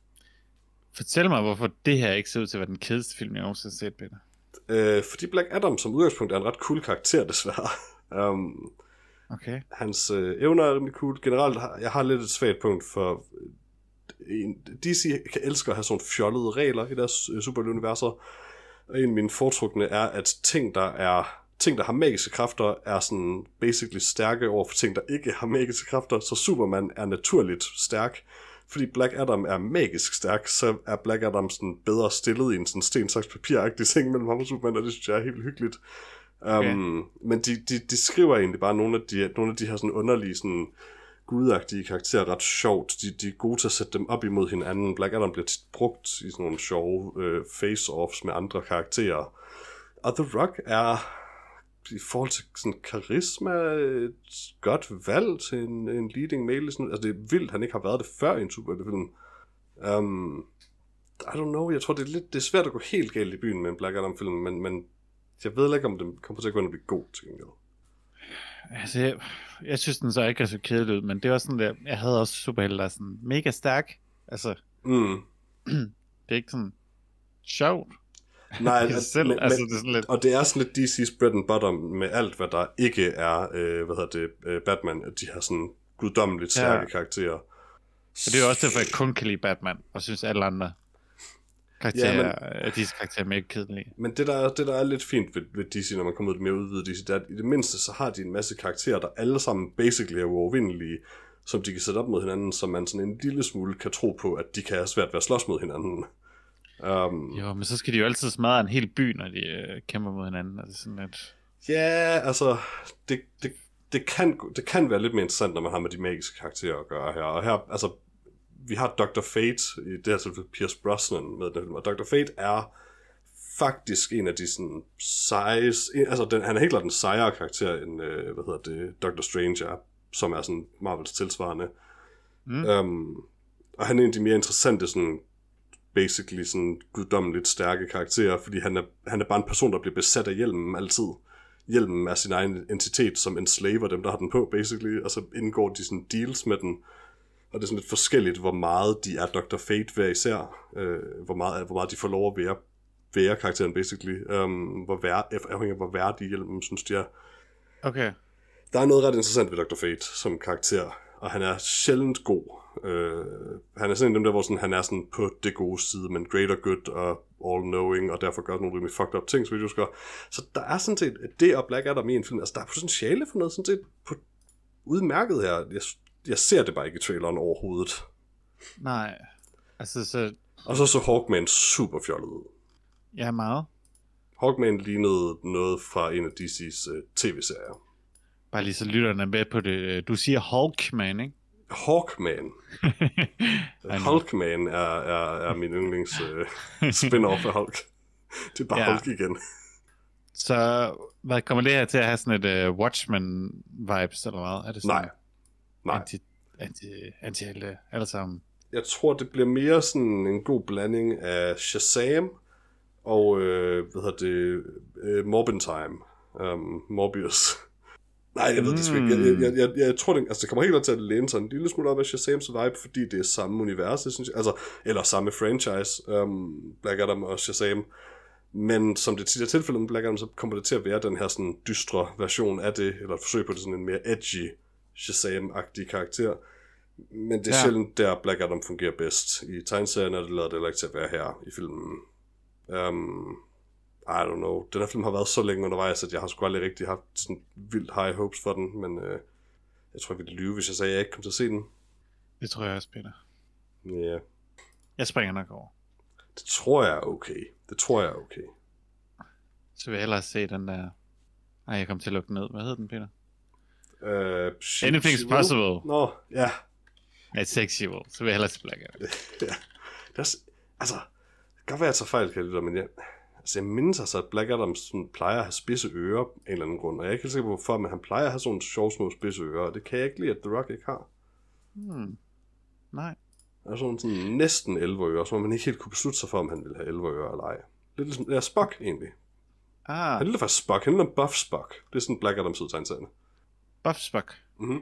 Fortæl mig, hvorfor det her ikke ser ud til at være den kedeligste film, jeg nogensinde har set, Peter. Øh, fordi Black Adam som udgangspunkt er en ret cool karakter, desværre. um, okay. Hans øh, evner er rimelig cool. Generelt, har, jeg har lidt et svagt punkt for... En, D C kan elske at have sådan fjollede regler i deres øh, superuniverser. Og en af mine foretrukne er, at ting, der er ting, der har magiske kræfter, er sådan basically stærke over for ting, der ikke har magiske kræfter. Så Superman er naturligt stærk. Fordi Black Adam er magisk stærk, så er Black Adam sådan bedre stillet i en sådan sten, saks, papir-agtig ting mellem ham og Superman, og det synes jeg er helt vildt hyggeligt. Okay. Um, men de, de, de skriver egentlig bare nogle af de, nogle af de her sådan underlige, sådan gudagtige karakterer ret sjovt. De, de er gode til at sætte dem op imod hinanden. Black Adam bliver tit brugt i sådan nogle sjove øh, face-offs med andre karakterer. Og The Rock er i forhold til sådan karisma et godt valg til en, en leading male. Sådan, altså det er vildt, han ikke har været det før i en superheltefilm. Um, I don't know, jeg tror det er lidt det er svært at gå helt galt i byen med en Black Adam film, men, men jeg ved ikke om den kommer til at gå ind og blive god til gengæld. Altså, jeg, jeg synes den så ikke er så kedelig ud, men det var sådan der, jeg havde også superhelte, der er sådan mega stærk. Altså, mm. det er ikke sådan sjovt. Nej, at, selv, men, altså, men, det er sådan lidt... og det er sådan lidt D C's bread and butter med alt, hvad der ikke er, øh, hvad hedder det, øh, Batman, at de har sådan guddommeligt stærke ja. karakterer. Og det er jo også derfor, jeg kun kan lide Batman, og synes alle andre karakterer, ja, men, disse karakterer er mere kedelige. Men det der, det, der er lidt fint ved, ved D C, når man kommer ud af det mere udvidet D C, det er, at i det mindste, så har de en masse karakterer, der alle sammen basically er uovervindelige, som de kan sætte op mod hinanden, så man sådan en lille smule kan tro på, at de kan have svært ved at slås mod hinanden. Um, jo, men så skal de jo altid smadre en hel by, når de øh, kæmper mod hinanden. Altså sådan lidt... Ja, altså, det, det, det, kan, det kan være lidt mere interessant, når man har med de magiske karakterer at gøre her. Og her, altså, vi har doktor Fate, i det her tilfælde Pierce Brosnan med den film, og doktor Fate er faktisk en af de sådan seje, altså den, han er helt klart en sejere karakter end, øh, hvad hedder det, doktor Strange er, som er sådan Marvels tilsvarende. Mm. Um, og han er en af de mere interessante sådan basically sådan guddommeligt stærke karakterer, fordi han er, han er bare en person, der bliver besat af hjelmen altid. Hjelmen er sin egen entitet, som enslaver dem, der har den på, basically, og så indgår de sådan deals med den, og det er sådan lidt forskelligt, hvor meget de er doktor Fate hver især, øh, hvor, meget, hvor meget de får lov at være, være karakteren, basically, um, hvor vær, afhængig af, hvor værdig hjelmen, synes de er. Okay. Der er noget ret interessant ved doktor Fate som karakter, og han er sjældent god. Uh, han er sådan en af dem der, hvor sådan, han er sådan på det gode side, men greater good og all-knowing, og derfor gør nogle rimelig fucked up ting, som vi husker. Så der er sådan set, det og Black Adam i en film, altså der er potentiale for noget sådan set på udmærket her. Jeg, jeg ser det bare ikke i traileren overhovedet. Nej, altså så... Og så så Hawkman super fjollet ud. Ja, meget. Hawkman lignede noget fra en af D C's uh, tv-serier. Bare lige så lytterne med på det. Du siger Hawkman, ikke? Hawkman. Hulkman er, er, er min yndlings uh, spin-off af Hulk. Det er bare ja. Hulk igen. Så hvad kommer det her til at have sådan et uh, Watchmen-vibes, eller hvad? Er det sådan Nej. Nej. Anti, anti, anti alle, alle sammen? Jeg tror, det bliver mere sådan en god blanding af Shazam og, øh, hvad hedder det, øh, Morbin Time. Um, Morbius. Nej, jeg ved det sgu ikke. Jeg, jeg, jeg, jeg tror, det, altså, det kommer helt klart til at læne sig en lille smule op af Shazams vibe, fordi det er samme univers, det synes jeg. Altså, eller samme franchise, um, Black Adam og Shazam. Men som det tit er tilfældet med Black Adam, så kommer det til at være den her sådan dystre version af det, eller et forsøg på det sådan en mere edgy Shazam-agtig karakter. Men det er ja. sjældent der Black Adam fungerer bedst. I tegneserien er det lavet det heller ikke til at være her i filmen. Um, I don't know. Den her film har været så længe undervejs, at jeg har sgu aldrig rigtig haft sådan vildt high hopes for den, men øh, jeg tror, jeg ville lyve, hvis jeg sagde, at jeg ikke kom til at se den. Det tror jeg også, Peter. Ja. Yeah. Jeg springer nok over. Det tror jeg er okay. Det tror jeg er okay. Så vil jeg hellere se den der... Ej, jeg kom til at lukke ned. Hvad hed den, Peter? Uh, Anything's Possible. Nå, ja. Ja, Sexual. Så vil jeg hellere se Black Adam. Ja. Det er, altså, det kan godt være, at jeg tager fejl, kan jeg lytte, men jeg... Altså, jeg mindes altså, at Black Adam sådan, plejer at have spidse ører af en eller anden grund, og jeg er ikke helt sikker på, hvorfor, men han plejer at have sådan sjove små spidse ører, og det kan jeg ikke lide, at The Rock ikke har. Hmm. Nej. Han har sådan, sådan næsten elleve ører, så man ikke helt kunne beslutte sig for, om han ville have elleve ører eller ej. Lidt ligesom, ja, Spock egentlig. Ah. Han er faktisk Spock, han er Buff Spock. Det er sådan Black Adams udtegnsagende. Buff Spock? Mhm.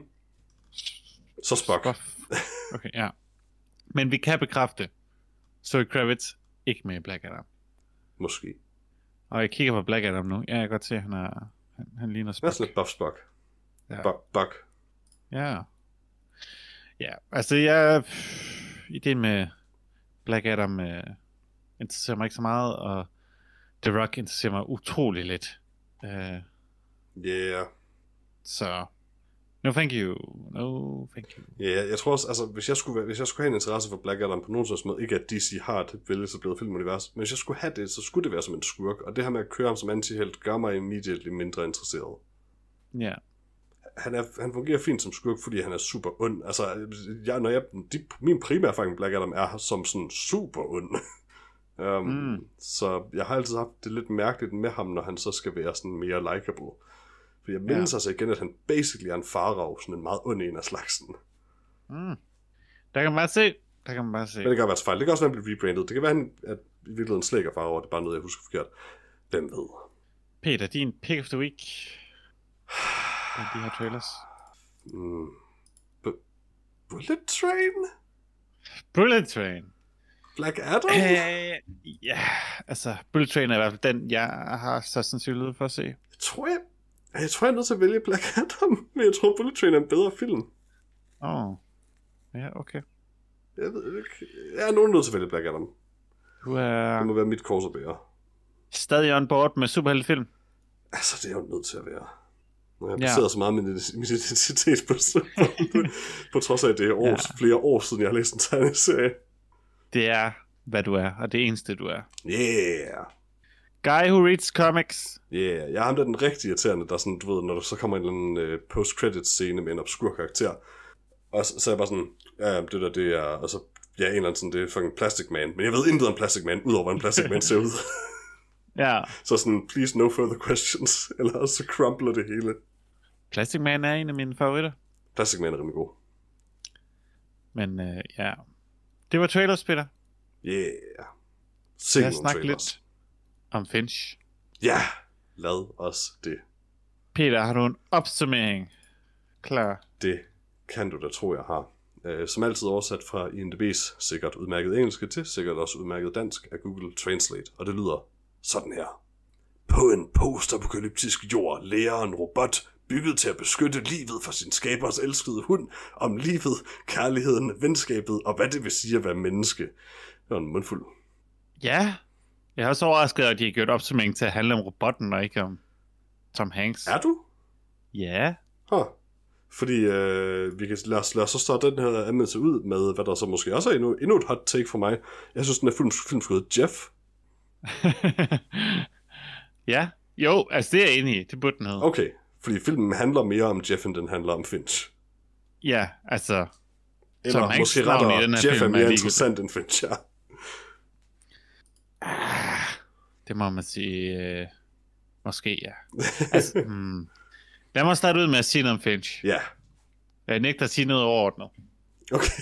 Så Spock. Buff. Okay, ja. Men vi kan bekræfte, Zoe Kravitz ikke med i Black Adam. Måske. Og jeg kigger på Black Adam nu. Ja, jeg kan godt se, at han, er, han, han ligner Spock. Hvad er sådan lidt Buff Spock? Ja. Buck. Buck. Ja. Ja, altså jeg... Ideen med Black Adam uh, interesserer mig ikke så meget, og The Rock interesserer mig utrolig lidt. Uh, yeah. Så... No thank you. No thank you. Ja, yeah, jeg tror også, altså, hvis jeg, skulle, hvis jeg skulle have en interesse for Black Adam på nogen sådan måde, ikke at D C har et veletableret filmunivers, men hvis jeg skulle have det, så skulle det være som en skurk, og det her med at køre ham som antihelt, gør mig immediately mindre interesseret. Ja. Yeah. Han, er, han fungerer fint som skurk, fordi han er super ond. Altså, jeg, når jeg, de, min primære erfaring med Black Adam er som sådan super ond. um, mm. Så jeg har altid haft det lidt mærkeligt med ham, når han så skal være sådan mere likeable. For jeg mindes ja. altså igen, at han basically er en farrav, sådan en meget ond en af slagsen. Mm. Der kan man bare se. Der kan man bare se. Men det kan være så fejl. Det kan også være, at han bliver rebrandet. Det kan være, at i virkeligheden slet ikke er farrav, det er bare noget, jeg husker forkert. Hvem ved? Peter, din pick of the week. De her trailers. Mm. B- Bullet Train? Bullet Train. Black Adam? Øh, ja, altså, Bullet Train er i hvert fald den, jeg har så sandsynlighed for at se. Jeg tror, jeg, jeg, tror, jeg er nødt til at vælge Black Adam, men jeg tror, Bullet Train er en bedre film. Åh, oh. Ja, okay. Jeg ved ikke. Jeg er nogen nødt til at vælge Black Adam. Du er... Det må være mit kors at bære. Stadig on board med superheltefilm? Altså, det er jo nødt til at være. Når jeg baserer ja. så meget min, min identitet på, på, på trods af, at det er års, ja. flere år siden, jeg har læst en tegneserie. Det er, hvad du er, og det eneste, du er. Yeah! Guy who reads comics. Yeah, jeg er ham der den rigtig irriterende, der sådan, du ved, når der så kommer en eller anden uh, post-credits scene med en obskur karakter, og så, så er jeg bare sådan, ja, det der, det er, altså, ja, en eller anden sådan, det er fucking Plastic Man, men jeg ved intet om Plastic Man, udover hvordan Plastic Man ser ud. Ja. Så sådan, please no further questions, eller så crumpler det hele. Plastic Man er en af mine favoritter. Plastic Man er rimelig god. Men uh, ja, det var trailers, Peter. Yeah. Lad os snakke lidt om Finch. Ja, yeah. Lad os det. Peter, har du en opsummering klar? Det kan du da tro, jeg har. Uh, som altid oversat fra I M D B's sikkert udmærket engelske til sikkert også udmærket dansk af Google Translate. Og det lyder sådan her. På en postapokalyptisk jord lærer en robot bygget til at beskytte livet for sin skabers elskede hund om livet, kærligheden, venskabet og hvad det vil sige at være menneske. Det var en mundfuld. Ja, jeg har også overrasket, at de har gjort opsummering til at handle om robotten og ikke om Tom Hanks. Er du? Ja. Huh. Fordi øh, vi kan lad os, lad os så starte den her anmeldelse ud med, hvad der så måske også er endnu, endnu et hot take for mig. Jeg synes, den er film, filmskudt Jeff. Ja, jo, altså det er jeg enig i. Det burde den hedde. Okay, fordi filmen handler mere om Jeff, end den handler om Finch. Ja, altså eller Tom Hanks i den her Jeff film er mere er interessant end Finch, ja. Ah, det må man sige. Øh, måske, ja. Altså, hmm. Lad mig starte ud med at sige noget om Finch. Ja. Jeg nægter at sige noget overordnet. Okay.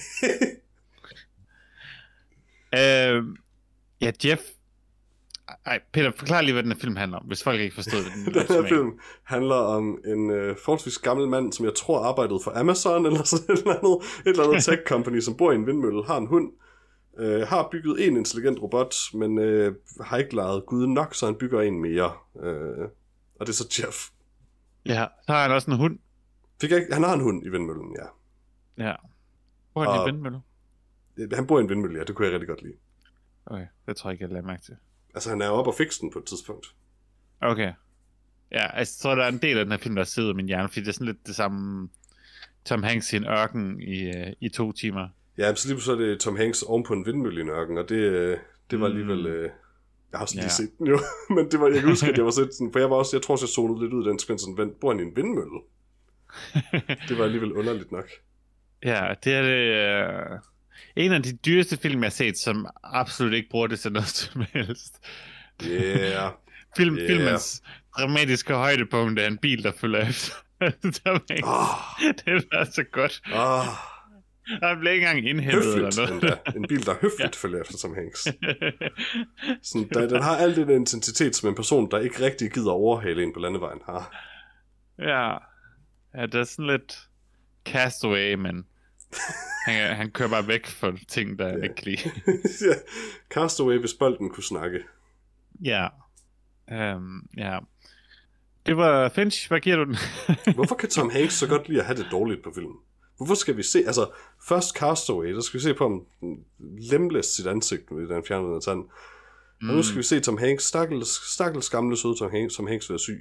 øh, ja, Jeff. Ej, Peter, forklar lige, hvad den her film handler om, hvis folk ikke forstod det. Den, den her film handler om en øh, forholdsvis gammel mand, som jeg tror arbejdede for Amazon, eller sådan et eller andet, et eller andet tech company, som bor i en vindmølle, har en hund, øh, har bygget en intelligent robot, men øh, har ikke lejet Gud nok, så han bygger en mere. Øh, og det er så Jeff. Ja, så har han også en hund. Fik jeg ikke? Han har en hund i vindmøllen, ja. Ja. Bor han og, i en vindmølle? Han bor i en vindmølle, ja. Det kunne jeg rigtig godt lide. Okay, det tror jeg ikke, jeg lader mærke til. Altså, han er jo oppe og fikse den på et tidspunkt. Okay. Ja, altså, jeg tror, der er en del af den her film, der sidder i min hjerne, fordi det er sådan lidt det samme Tom Hanks i en ørken i, uh, i to timer. Ja, så lige så er det Tom Hanks oven på en vindmølle i en ørken, og det, det var alligevel... Mm. Uh, jeg har også lige ja. set den jo, men det var, jeg kan huske, at jeg var sådan, for jeg var også, jeg tror også, jeg zonede lidt ud af den sekvens, sådan, bor han i en vindmølle? Det var alligevel underligt nok. Ja, det er det... Uh... En af de dyreste film, jeg har set, som absolut ikke bruger det til noget som helst. Yeah. Film, yeah. Filmens dramatiske højdepunkt er en bil, der følger efter. oh. Det var så godt. Oh. Jeg blev ikke engang indhentet høfligt, eller noget. En bil, der høfligt ja. følger efter Tom Hanks. Sådan, der, den har alt den intensitet, som en person, der ikke rigtig gider overhale en på landevejen har. Ja. Ja, det er sådan lidt Castaway, men... Han, han kører bare væk fra ting, der er ikke lige. Ja. Castaway, hvis bolden kunne snakke. Ja. Um, ja. Det var Finch. Hvad giver du den? Hvorfor kan Tom Hanks så godt lide at have det dårligt på filmen? Hvorfor skal vi se... Altså, først Castaway, der skal vi se på ham lemlæst sit ansigt i den fjernede tand. Mm. Og nu skal vi se Tom Hanks, stakkels, stakkels gamle søde Tom Hanks, som Hanks være syg.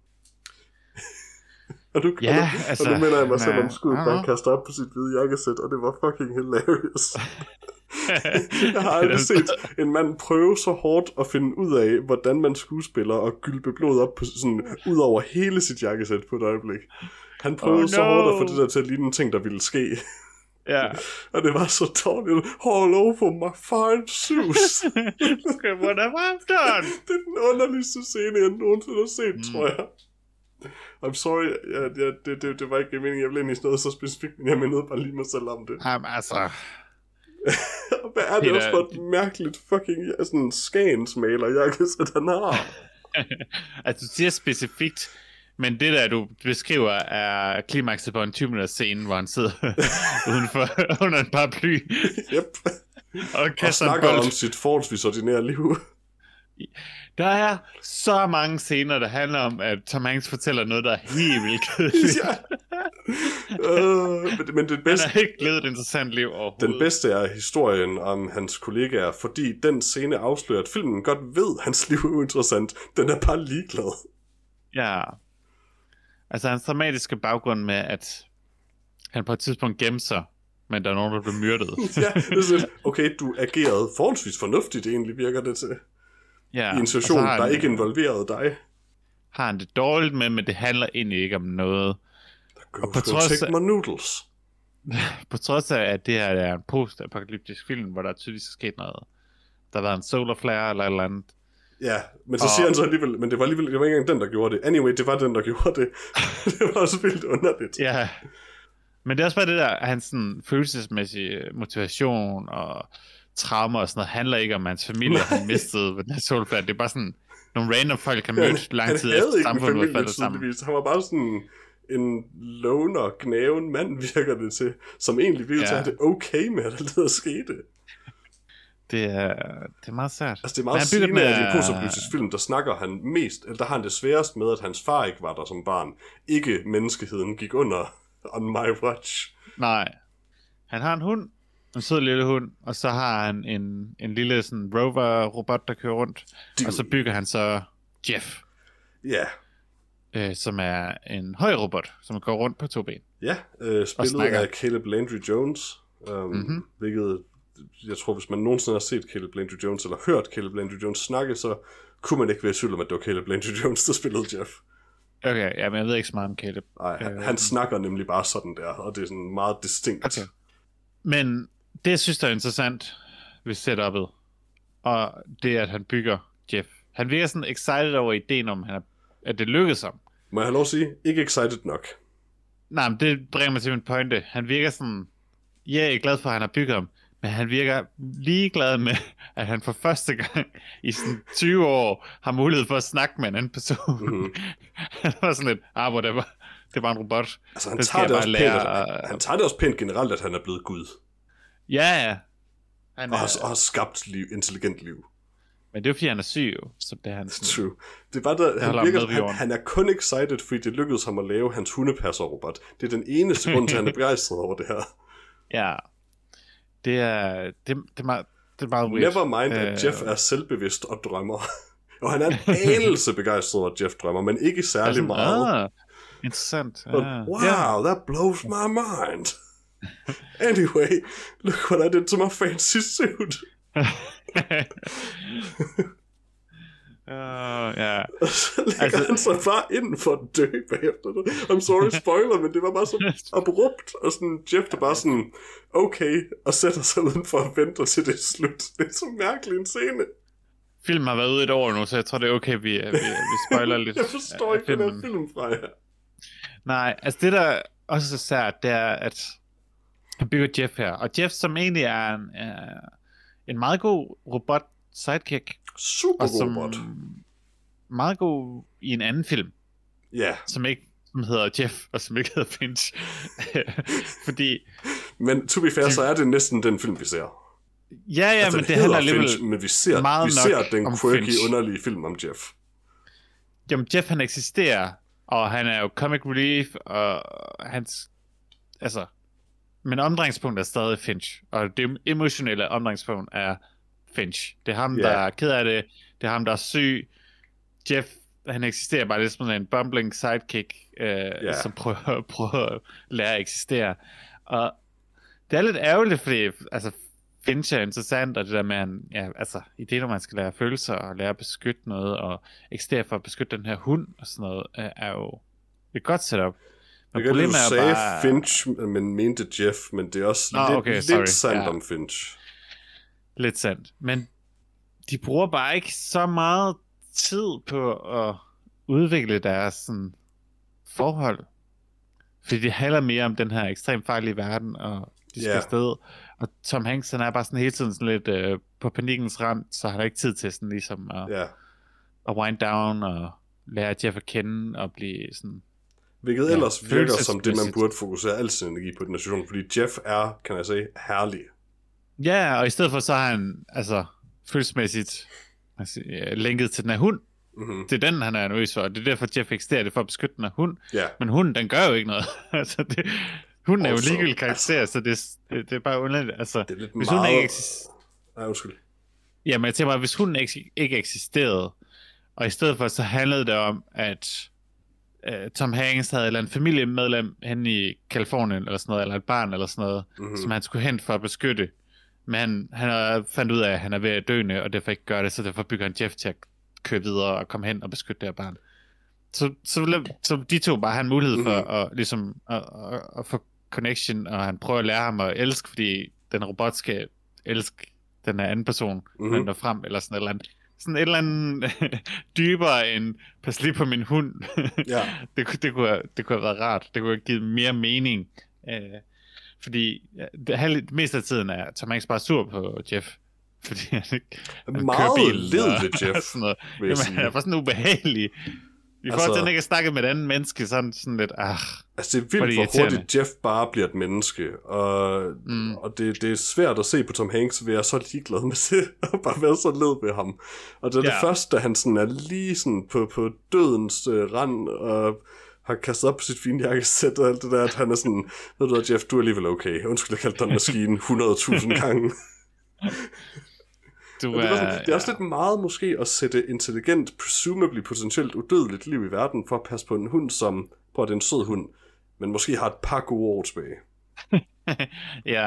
Og nu, ja, og nu, altså, og nu mener jeg mig selv om skuddet, bare kaster op på sit hvide jakkesæt, og det var fucking hilarious. Jeg har aldrig set en mand prøve så hårdt at finde ud af, hvordan man skuespiller og gylpe blod op på sådan, ud over hele sit jakkesæt på et øjeblik. Han prøvede oh, no. så hårdt at få det der til at ligne en ting, der ville ske. Ja. Og det var så dårligt. All over my fine shoes. Okay, what have I done? Det er den underligste scene, jeg nogensinde har set, mm. tror jeg. I'm sorry, ja, ja, det, det, det var ikke meningen, jeg ville ind i sådan noget så specifikt, men jeg mindede bare lige mig selv om det. Jamen altså... Hvad er det Peter... også for et mærkeligt fucking ja, sådan skagensmaler-jakkesæt, han har? Altså, du siger specifikt, men det der, du beskriver, er klimakset på en tyve minutters scene, hvor han sidder udenfor under en paraply. Yep. og, og snakker om sit forholdsvis ordinære liv. Der er så mange scener, der handler om, at Tom Hanks fortæller noget, der er helt vildt kedeligt. Ja. uh, men, men det bedste, han har ikke levet et interessant liv overhovedet. Den bedste er historien om hans kollegaer, fordi den scene afslører, at filmen godt ved, at hans liv er uinteressant. Den er bare ligeglad. Ja. Altså hans dramatiske baggrund med, at han på et tidspunkt gemte sig, men der er nogen, der blev myrdet. Ja, det er sådan, okay, du agerede forholdsvis fornuftigt, egentlig virker det til. Ja, i en situation, han, der ikke involverede dig. Har han det dårligt med, men det handler egentlig ikke om noget. Og på trods af, noodles. på trods af, at det her er en post-apokalyptisk film, hvor der tydeligvis er sket noget. Der har været en solar flare eller et eller andet. Ja, men så og... siger han så alligevel, men det var alligevel, det var ikke engang den, der gjorde det. Anyway, det var den, der gjorde det. Det var også vildt underligt. Ja, men det er også bare det der, hans sådan, følelsesmæssige motivation og traumer og sådan noget, handler ikke om hans familie, han mistede ved den her solar flare. Det er bare sådan, nogle random folk kan møde lang tid efter samfundet faldet sammen. Han var bare sådan en loner, gnaven mand, virker det til, som egentlig ville tage ja. det okay med, at det der skete. Det er, det er meget sært. Altså det er meget sigende, med... at i en postapokalyptisk film, der snakker han mest, eller der har han det sværest med, at hans far ikke var der som barn. Ikke menneskeheden gik under on my watch. Nej. Han har en hund, en sød lille hund, og så har han en, en lille sådan rover-robot, der kører rundt, de... og så bygger han så Jeff. Ja. Øh, som er en høj robot, som går rundt på to ben. Ja, øh, spillet af Caleb Landry Jones, um, mm-hmm. hvilket, jeg tror, hvis man nogensinde har set Caleb Landry Jones, eller hørt Caleb Landry Jones snakke, så kunne man ikke være i tvivl om, at det var Caleb Landry Jones, der spillede Jeff. Okay, ja, men jeg ved ikke så meget om Caleb. Nej, han, øh, han snakker nemlig bare sådan der, og det er sådan meget distinkt. Okay. Men det, jeg synes, der er interessant ved setupet, og det er, at han bygger Jeff. Han virker sådan excited over ideen om, han er, at det lykkedes ham. Må jeg have lov at sige? Ikke excited nok. Nej, men det bringer mig til min pointe. Han virker sådan, ja, jeg er glad for, at han har bygget ham, men han virker ligeglad med, at han for første gang i sådan tyve år har mulighed for at snakke med en anden person. Mm-hmm. Han var sådan lidt, ah, whatever. Det er bare en robot. Altså, han, tager det, også lære, pænt, at, han tager det også pænt generelt, at han er blevet Gud. Ja, ja. Han og, er, har, og har skabt liv, intelligent liv. Men det er jo fordi, han er syg jo. Så det er han sådan, true. Det er bare der, han, virker, han, han er kun excited, fordi det lykkedes ham at lave hans hundepasser-robot. Det er den eneste grund til, at han er begejstret over det her. Ja. Det er, det, det er meget, det er meget weird. Never mind, at uh, Jeff er selvbevidst og drømmer. Og han er en anelse begejstret over, at Jeff drømmer, men ikke særlig altså, meget. Ah, interessant. But, ah, wow, yeah. That blows my mind. Anyway, look what I did to my fancy suit. uh, ja. Så lægger altså, han sig bare ind for at dø bagefter det. I'm sorry spoiler, men det var bare så abrupt. Og sådan, Jeff der bare sådan, okay, og sætter sig udenfor og venter til det slut. Det er så mærkelig en scene. Filmen har været ude et år nu, så jeg tror det er okay, vi, vi, vi spoiler lidt. Jeg forstår ikke, hvad der er film fra jer. Nej, altså det der også er sært, det er, at han bygger Jeff her. Og Jeff, som egentlig er en, er en meget god robot sidekick. Super god robot. Meget god i en anden film. Ja. Yeah. Som ikke som hedder Jeff, og som ikke hedder Finch. Fordi... Men to be fair, så er det næsten den film, vi ser. Ja, ja, altså, men det handler alligevel Finch, men vi ser, meget vi ser den quirky, Finch. Underlige film om Jeff. Jamen, Jeff han eksisterer, og han er jo comic relief, og hans... Altså... Men omdrejningspunkt er stadig Finch, og det emotionelle omdrejningspunkt er Finch. Det er ham, yeah. der er ked af det. Det er ham, der er syg. Jeff, han eksisterer bare lidt som en bumbling sidekick, øh, yeah. som prøver, prøver at lære at eksistere. Og det er lidt ærgerligt, fordi altså, Finch er interessant, og det der med, han, ja, altså, ideen om, man skal lære følelser, og lære at beskytte noget, og eksistere for at beskytte den her hund, og sådan noget, er jo et godt setup. Jeg kan du sagde bare... Finch, men mente Jeff, men det er også Nå, lidt, okay, lidt sandt ja. om Finch. Lidt sandt. Men de bruger bare ikke så meget tid på at udvikle deres sådan, forhold. Fordi det handler mere om den her ekstremt farlige verden, og de skal yeah. afsted. Og Tom Hanks, han er bare sådan hele tiden sådan lidt øh, på panikkens rand, så han har ikke tid til sådan ligesom at, yeah. at wind down og lære Jeff at kende og blive sådan... Hvilket ja, ellers virker som det, man burde fokusere al sin energi på den situation, fordi Jeff er, kan jeg sige, herlig. Ja, og i stedet for så har han altså følelsesmæssigt altså, lænket til den her hund. Mm-hmm. Det er den, han er nervøs for, og det er derfor, Jeff eksisterer det for at beskytte den her hund. Yeah. Men hunden, den gør jo ikke noget. altså, det, hunden er jo ligegyldig karakter, altså, så det, det, det er bare underligt. Altså, det er lidt hvis meget... hunden ikke eksisterer... Nej, undskyld. Jamen, jeg tænker bare, hvis hunden ikke, ikke eksisterede, og i stedet for, så handlede det om, at uh, Tom Hanks havde et eller andet familiemedlem hen i Kalifornien, eller sådan noget, eller et barn, eller sådan noget, mm-hmm. som han skulle hen for at beskytte. Men han, han har fandt ud af, at han er ved at døende, og derfor ikke gør det, så derfor bygger han Jeff til at køre videre og komme hen og beskytte det her barn. Så, så, så de to bare har en mulighed for mm-hmm. at, ligesom, at, at, at få connection, og han prøver at lære ham at elske, fordi den robot skal elske den her anden person, mm-hmm. når den når frem, eller sådan et eller andet. Sådan et eller andet dybere end pas lige på min hund. Ja. det, det, kunne, det kunne have været rart. Det kunne have givet mere mening. Øh, fordi det, det meste af tiden er Tom Hanks bare sur på Jeff. Fordi han ikke han meget led ved Jeff. Sådan noget. Jamen, han er bare sådan ubehagelig. I forhold altså, til, at han ikke har snakket med et andet menneske, sådan, sådan lidt, ah. Altså, det er vildt, hvor hurtigt Jeff bare bliver et menneske, og, mm. og det, det er svært at se på Tom Hanks, ved at så ligeglad med det, og bare være så led ved ham. Og det er yeah. det første, da han sådan er lige sådan på, på dødens uh, rand, og har kastet op på sit fine jakkesæt, og alt det der, at han er sådan, ved du hvad, Jeff, du er alligevel okay. Undskyld, jeg kaldte dig en maskine hundrede tusind gange. Du, det, er sådan, det er også ja. lidt meget måske at sætte intelligent, presumably potentielt udødeligt liv i verden for at passe på en hund, som på at det er en sød hund, men måske har et par gode år tilbage. ja.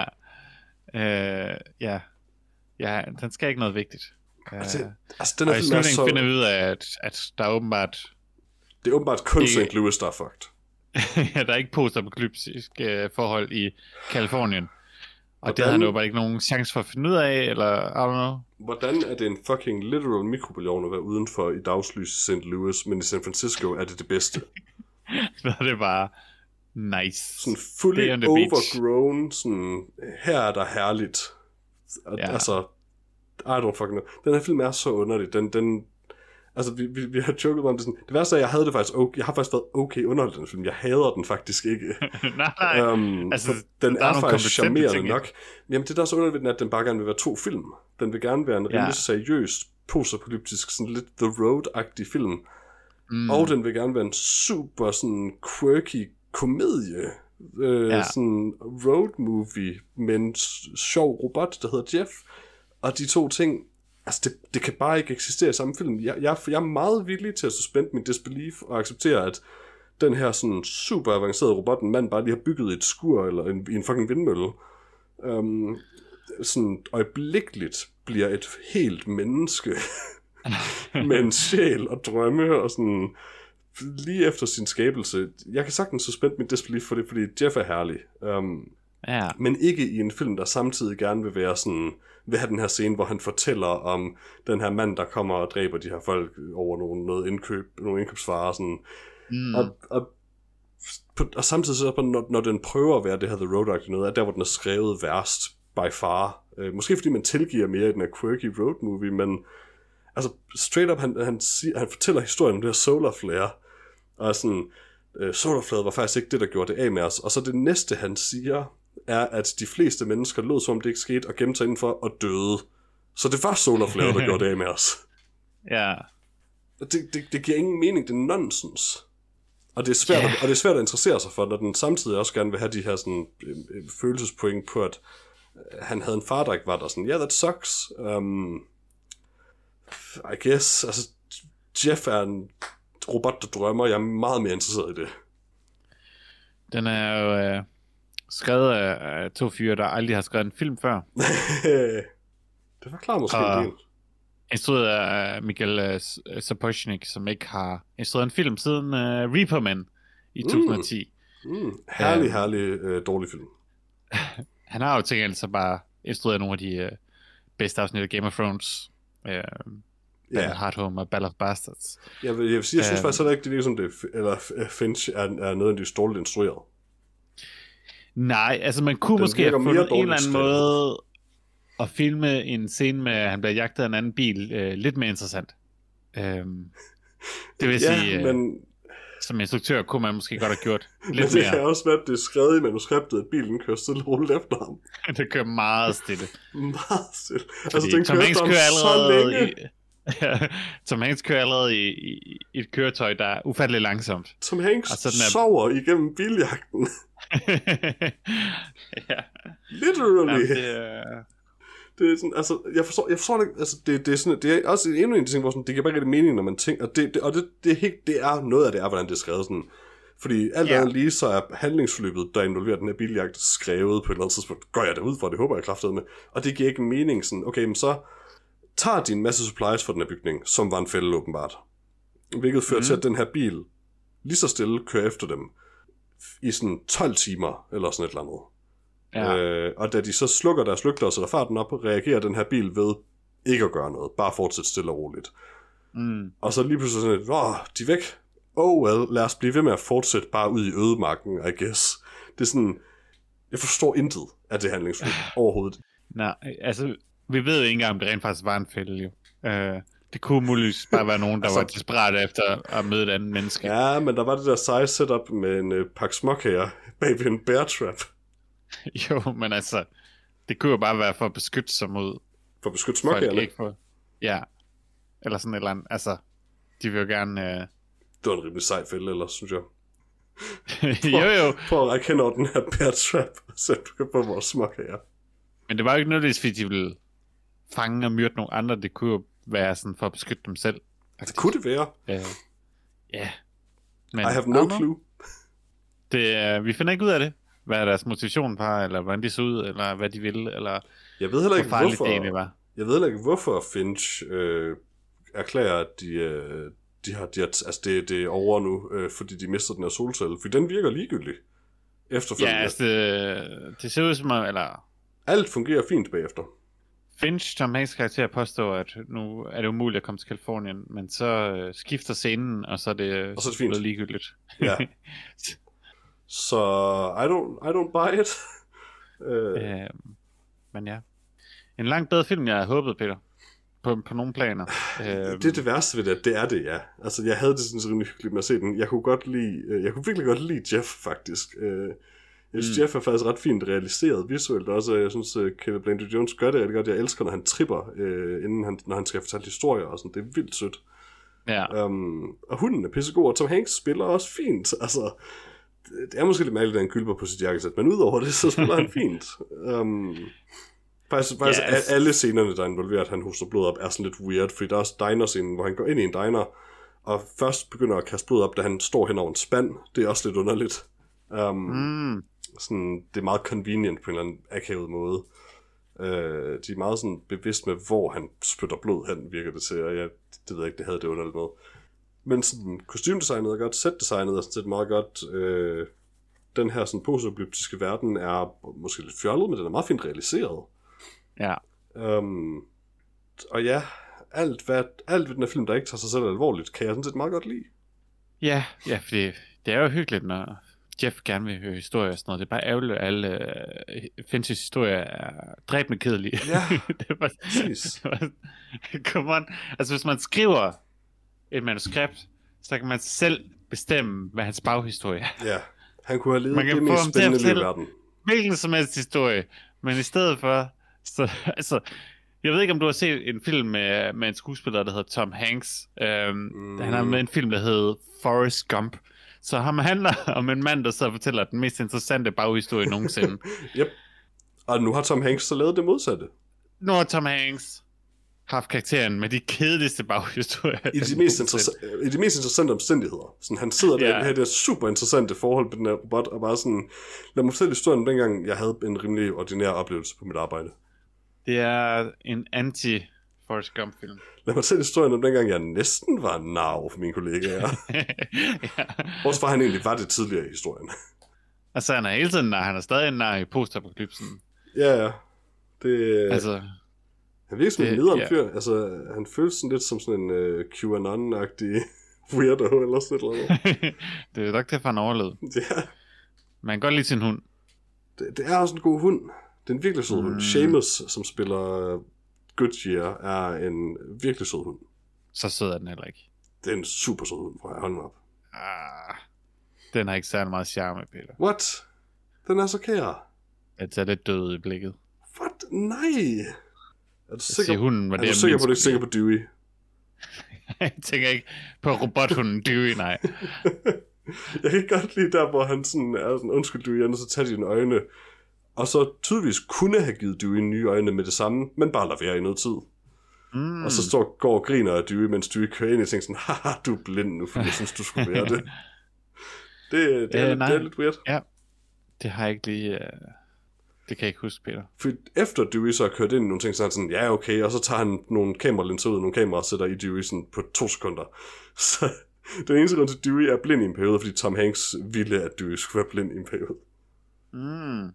Øh, ja. Ja, den skal ikke noget vigtigt. Altså, uh, altså den er og i slutningen så... finder vi ud af, at, at der er åbenbart... Det er åbenbart kun Saint Louis, der er fucked. ja, der er ikke postapokalyptiske forhold i Kalifornien. Og hvordan, det havde han jo bare ikke nogen chance for at finde ud af, eller I don't know. Hvordan er det en fucking literal mikrobølgeovn at være udenfor i dagslys i Saint Louis, men i San Francisco er det det bedste? Så er det bare nice. Sådan fully overgrown, sådan, her er der herligt. Og, ja. Altså, I don't fucking know. Den her film er så underlig. Den, den, altså, vi, vi, vi har joket om det sådan. Det værste er, at jeg havde det faktisk okay. Jeg har faktisk været okay underholdt den film. Jeg hader den faktisk ikke. nej, nej. Um, altså, den er, er faktisk charmerende nok. Jamen, det der er så underligt, at den bare gerne vil være to film. Den vil gerne være en rimelig ja. seriøs, postapokalyptisk, sådan lidt The Road-agtig film. Mm. Og den vil gerne være en super sådan quirky komedie. Øh, ja. Sådan road movie med en sjov robot, der hedder Jeff. Og de to ting, altså det, det kan bare ikke eksistere i samme film. Jeg, jeg, jeg er meget villig til at suspende min disbelief og acceptere, at den her sådan super avancerede robot, en mand bare lige har bygget et skur eller en, i en fucking vindmølle, um, sådan øjeblikkeligt bliver et helt menneske med en sjæl og drømme og sådan lige efter sin skabelse. Jeg kan sagtens suspende min disbelief for det, fordi Jeff er herlig. Um, ja. Men ikke i en film, der samtidig gerne vil være sådan, vil have den her scene, hvor han fortæller om den her mand, der kommer og dræber de her folk over nogle, noget indkøb, nogle indkøbsvarer. Sådan. Mm. Og, og, og samtidig så, når, når den prøver at være det her The Road-agtige noget, er der, hvor den er skrevet værst by far. Øh, måske fordi man tilgiver mere i den her quirky road movie, men altså straight up, han, han, siger, han fortæller historien om det her solar flare, og sådan, øh, solar flare var faktisk ikke det, der gjorde det af med os. Og så det næste, han siger, er, at de fleste mennesker lød som om det ikke skete, og gemte sig indenfor og døde. Så det var solar flare, der gjorde det af med os. Ja. Det, det, det giver ingen mening, det er nonsens. Og det er svært, yeah. at, og det er svært at interessere sig for, når den samtidig også gerne vil have de her sådan, øh, følelsespoint på, at øh, han havde en far, der ikke var der. Sådan, yeah, that sucks. Um, I guess. Altså, Jeff er en robot, der drømmer. Jeg er meget mere interesseret i det. Den er jo øh, skrevet af, af to fyre, der aldrig har skrevet en film før. Det var klart måske og en del. Instrueret af Michael uh, Sapochnik, som ikke har instrueret en film siden uh, Reaper Man i to tusind og ti. Mm. Mm. Herlig, uh, herlig uh, dårlig film. Han har jo tænkt sig bare instrueret nogle af de uh, bedste afsnit af Game of Thrones. Uh, Battle yeah. Hard Home og Battle of Bastards. Jeg vil, jeg vil sige, jeg synes uh, faktisk heller ikke, det virker som det, eller Finch er, er noget af de dårligt instrueret. Nej, altså man kunne Den måske have fundet en eller anden måde at filme en scene med, at han bliver jagtet af en anden bil, øh, lidt mere interessant. Øhm, det vil ja, sige, øh, men... Som instruktør kunne man måske godt have gjort lidt mere. Men det kan også være, at det er skrevet i manuskriptet, at bilen kører stille og roligt efter ham. Det kører meget stille. Meget stille. Fordi altså, den Tom kører Hanks efter kører ham så længe. I... Tom Hanks kører allerede i, i, i et køretøj, der er ufatteligt langsomt. Tom Hanks er... sover igennem biljagten. Ja. Literally. Jamen, det er... Det er sådan, altså, jeg forstår, jeg forstår det, altså, det, det er sådan, det er også endnu en ting, hvor sådan, det giver bare rigtig mening, når man tænker, og det, det, og det, det, er helt, det er noget af det er, hvordan det er skrevet sådan, fordi alt andet lige, så er handlingsforløbet, der involverer den her biljagt, skrevet på et eller andet tidspunkt, går jeg derud for, det håber jeg kraftedeme med, og det giver ikke mening sådan, okay, men så tager de en masse supplies for den her bygning, som var en fælde åbenbart, hvilket fører mm. til, at den her bil, lige så stille, kører efter dem, i sådan tolv timer, eller sådan et eller andet. Ja. Øh, og da de så slukker deres lygter og sætter farten op, reagerer den her bil ved ikke at gøre noget, bare fortsætte stille og roligt. Mm. Og så lige pludselig sådan, åh, de er væk. Oh well, lad os blive ved med at fortsætte bare ud i ødemarken, I guess. Det er sådan, jeg forstår intet af det handlingsforløb overhovedet. Nej, altså, vi ved jo ikke engang, om det rent faktisk var en fælde, jo. Uh, det kunne muligvis bare være nogen, der altså, var desperat efter at møde et andet menneske. Ja, men der var det der seje setup med en uh, pakke småkager bag ved en bear trap. Jo, men altså, det kunne jo bare være for at beskytte sig mod... For at beskytte småkagerne? For... Ja, eller sådan et eller andet. Altså, de vil jo gerne... Uh... Det var en rimelig sej fælde, eller synes jeg. jo, jo. Prøv at række hen over den her bear trap, så du kan få vores småkager. Men det var jo ikke nødvendigvis, fordi de ville fange og myrde nogle andre. Det kunne jo være sådan for at beskytte dem selv. Det kunne det være. Ja. Uh... Yeah. Men, I have no Arno, clue. Det, uh, vi finder ikke ud af det. Hvad er deres motivation var, eller hvordan de så ud, eller hvad de ville, eller jeg ved heller ikke, hvor hvorfor, det egentlig var. Jeg ved heller ikke, hvorfor Finch øh, erklærer, at de, øh, de har, de har, altså det, det er over nu, øh, fordi de mister den her solcelle, for den virker ligegyldig efterfølgende. Ja, altså det, det ser ud som om, eller... Alt fungerer fint bagefter. Finch, Tom Hanks karakter, påstår, at nu er det umuligt at komme til Kalifornien, men så øh, skifter scenen, og så er det, og så er det fint. Ligegyldigt. Ja. Så I don't, I don't buy it. uh... øh, men ja. En langt bedre film, jeg havde håbet, Peter. På, på nogle planer. Det er det værste ved det, det er det, ja. Altså, jeg havde det sådan så rimelig hyggeligt med at se den. Jeg kunne godt lide, jeg kunne virkelig godt lide Jeff, faktisk. Jeg synes, mm. Jeff er faktisk ret fint realiseret visuelt også. Jeg synes, Kevin Blaney Jones gør det rigtig godt. Jeg elsker, når han tripper, inden han, når han skal fortælle historier og sådan. Det er vildt sødt. Ja. Um, og hunden er pissegod, og Tom Hanks spiller også fint. Altså, det er måske lidt mærkeligt, at han kylper på sit jakkesæt, men udover det, så spiller han fint. Um, faktisk faktisk yes. alle scenerne, der er involveret, at han hoster blod op, er sådan lidt weird, fordi der er også diner-scenen, hvor han går ind i en diner, og først begynder at kaste blod op, da han står hen over en spand. Det er også lidt underligt. Um, mm. sådan, det er meget convenient på en eller anden akavet måde. Uh, de er meget sådan bevidst med, hvor han spytter blod hen, virker det til, og jeg det ved jeg ikke, det havde det underligt med. Men sådan, kostymdesignet er godt, setdesignet er sådan set meget godt. Øh, den her sådan postapokalyptiske verden er måske lidt fjollet, men den er meget fint realiseret. Ja. Um, og ja, alt hvad, alt ved den her film, der ikke tager sig selv alvorligt, kan jeg sådan set meget godt lide. Ja, ja, fordi det er jo hyggeligt, når Jeff gerne vil høre historier og sådan noget. Det er bare ærgerligt, at alle uh, Finch's historier er dræbende kedelige. Ja, det er bare, præcis. Come on. Altså, hvis man skriver et manuskript, så kan man selv bestemme, hvad hans baghistorie er. Ja, han kunne have levet det mest spændende liv i verden. Hvilken som helst historie, men i stedet for, så, altså, jeg ved ikke, om du har set en film med, med en skuespiller, der hedder Tom Hanks. Øhm, mm. Han har med en film, der hedder Forrest Gump. Så ham handler om en mand, der så fortæller den mest interessante baghistorie nogensinde. Yep. Og nu har Tom Hanks så lavet det modsatte. Nu har Tom Hanks haft karakteren med de kedeligste baghistorier. I de mest, interessa- I de mest interessante omstændigheder. Sådan, han sidder der yeah. i det her super interessante forhold med den her robot, og bare sådan, lad mig fortælle historien, dengang jeg havde en rimelig ordinær oplevelse på mit arbejde. Det er en anti-Forrest Gump-film. Lad mig fortælle historien om dengang, jeg næsten var en nar for mine kollegaer. ja. Også for han egentlig var det tidligere i historien. Altså, han er hele tiden nar. Han er stadig en nar i postapokalypsen. Ja, ja. Det... Altså... Han virker som en nederen yeah. fyr. Altså, han føles sådan lidt som sådan en uh, QAnon-agtig weirdo eller sådan noget. Det er nok derfor, han overlevede. Ja. Man kan godt lide sin hund. Det, det er også en god hund. Det er en virkelig sød mm. hund. Seamus, som spiller Goodyear, er en virkelig sød hund. Så sød er den heller ikke. Det er en super sød hund, fra jeg holde mig op. Ah, den har ikke særlig meget charme, Peter. What? Den er så kær. Jeg er lidt død i blikket. What? Nej. Er du sikker, hunden, er du sikker på, at du ikke tænker på Dewey? Jeg tænker ikke på robothunden Dewey, nej. Jeg kan godt lide der, hvor han sådan er sådan, undskyld Dewey, jeg er nødt til at tage dine øjne. Og så tydeligvis kunne have givet Dewey nye øjne med det samme, men bare lade være i noget tid. Mm. Og så står, går og griner af Dewey, mens Dewey kører ind og tænker sådan, haha, du er blind nu, for jeg synes, du skulle være det. Det, det, er, øh, lidt, det er lidt weird. Ja, det har jeg ikke lige... Uh... Det kan jeg ikke huske, Peter. For efter Dewey så har kørt ind i nogle ting, så er han sådan, ja okay, og så tager han nogle kameralinser ud, nogle kameraer og sætter i Dewey sådan på to sekunder. Så den eneste grund til, at Dewey er blind i en periode, fordi Tom Hanks ville, at Dewey skulle være blind i en periode. Mm.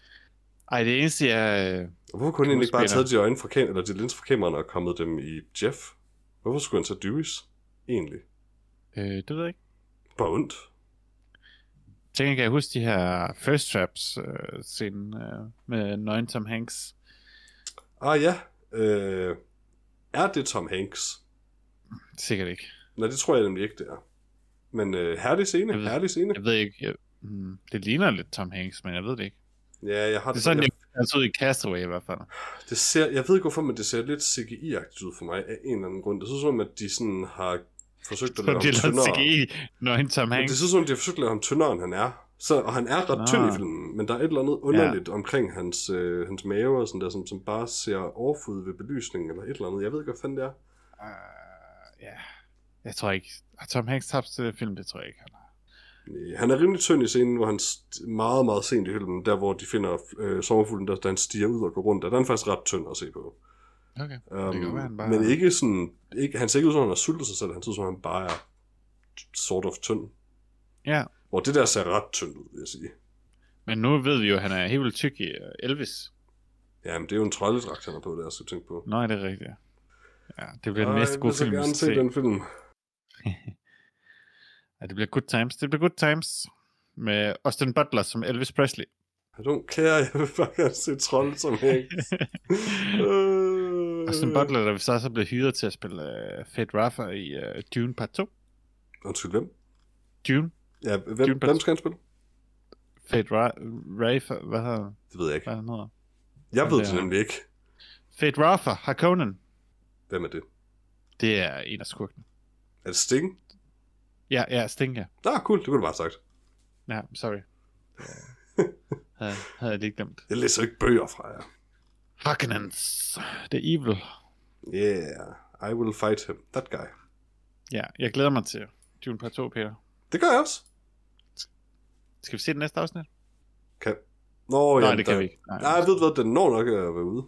Ej, det eneste jeg... Og hvorfor kunne han ikke bare tage de øjne fra kam- eller de linser fra kameraerne og kommet dem i Jeff? Hvorfor skulle han tage Deweys egentlig? Øh, det ved jeg ikke. Bare ondt. Tænker, kan jeg huske de her First Traps øh, scenen øh, med nøgen Tom Hanks? Ah ja. Øh, er det Tom Hanks? Sikkert ikke. Nej, det tror jeg nemlig ikke, det er. Men øh, herlig scene, jeg ved, herlig scene. Jeg ved ikke. Jeg, hmm, det ligner lidt Tom Hanks, men jeg ved det ikke. Ja, jeg har det er sådan, jeg, jeg så ud i Castaway i hvert fald. Det ser, jeg ved ikke hvorfor, men det ser lidt C G I-agtigt ud for mig af en eller anden grund. Det ser som at de sådan har forsøgt at lave ham tyndere. C G I, nøgen Tom Hanks. Det ser som at de har forsøgt at lave ham tyndere, end han er. Så, og han er ret Nå. tynd i filmen, men der er et eller andet underligt ja. omkring hans, øh, hans mave og sådan der, som, som bare ser off ud ved belysningen eller et eller andet. Jeg ved ikke, hvad fanden det er. Uh, ja, jeg tror ikke. Tom Hanks tabte til det film, det tror jeg ikke, han har. Han er rimelig tynd i scenen, hvor han meget, meget sent i filmen, der hvor de finder øh, sommerfuglen, der, der han stiger ud og går rundt, der, der er han faktisk ret tynd at se på. Okay, um, det kan være, han bare... Men ikke sådan, ikke, han ser ikke ud som, han har sultet sig selv, han ser ud som, han bare er sort of tynd. Ja. Hvor det der ser ret tyndt ud, vil jeg sige. Men nu ved vi jo, at han er helt vildt tyk i Elvis. Ja, men det er jo en troldedragt, han er på, der skal du tænke på. Nej, det er rigtigt. Ja, det bliver den næste gode film. Jeg vil så gerne se den film. Ja, det bliver good times. Det bliver good times med Austin Butler som Elvis Presley. I don't care, jeg vil bare gerne se trolde som Hanks. Austin Butler, der så også blevet hyret til at spille uh, Fate Raffer i uh, Dune Part to. Undskyld, hvem? Dune. Ja, hvem, Dune hvem skal han spille? Fate Raffer, hvad hedder han? Det ved jeg ikke. Hvad han hedder? Jeg ved det nemlig ikke. Fate Raffer, Harkonnen. Hvem er det? Det er en af skurkene. Er det Sting? Ja, ja, Sting, ja. Ah, cool, det kunne du bare have sagt. Ja, sorry. havde, havde jeg lige glemt. Jeg læser ikke bøger fra jer. Harkonnens. The Evil. Yeah, I will fight him. That guy. Ja, jeg glæder mig til Dune Part to, Peter. Det gør jeg også. Skal vi se den næste afsnit? Kan. Nå, Nej, ja, det der... kan vi ikke. Nej, Nej, jeg ved hvad, den når nok at være ude.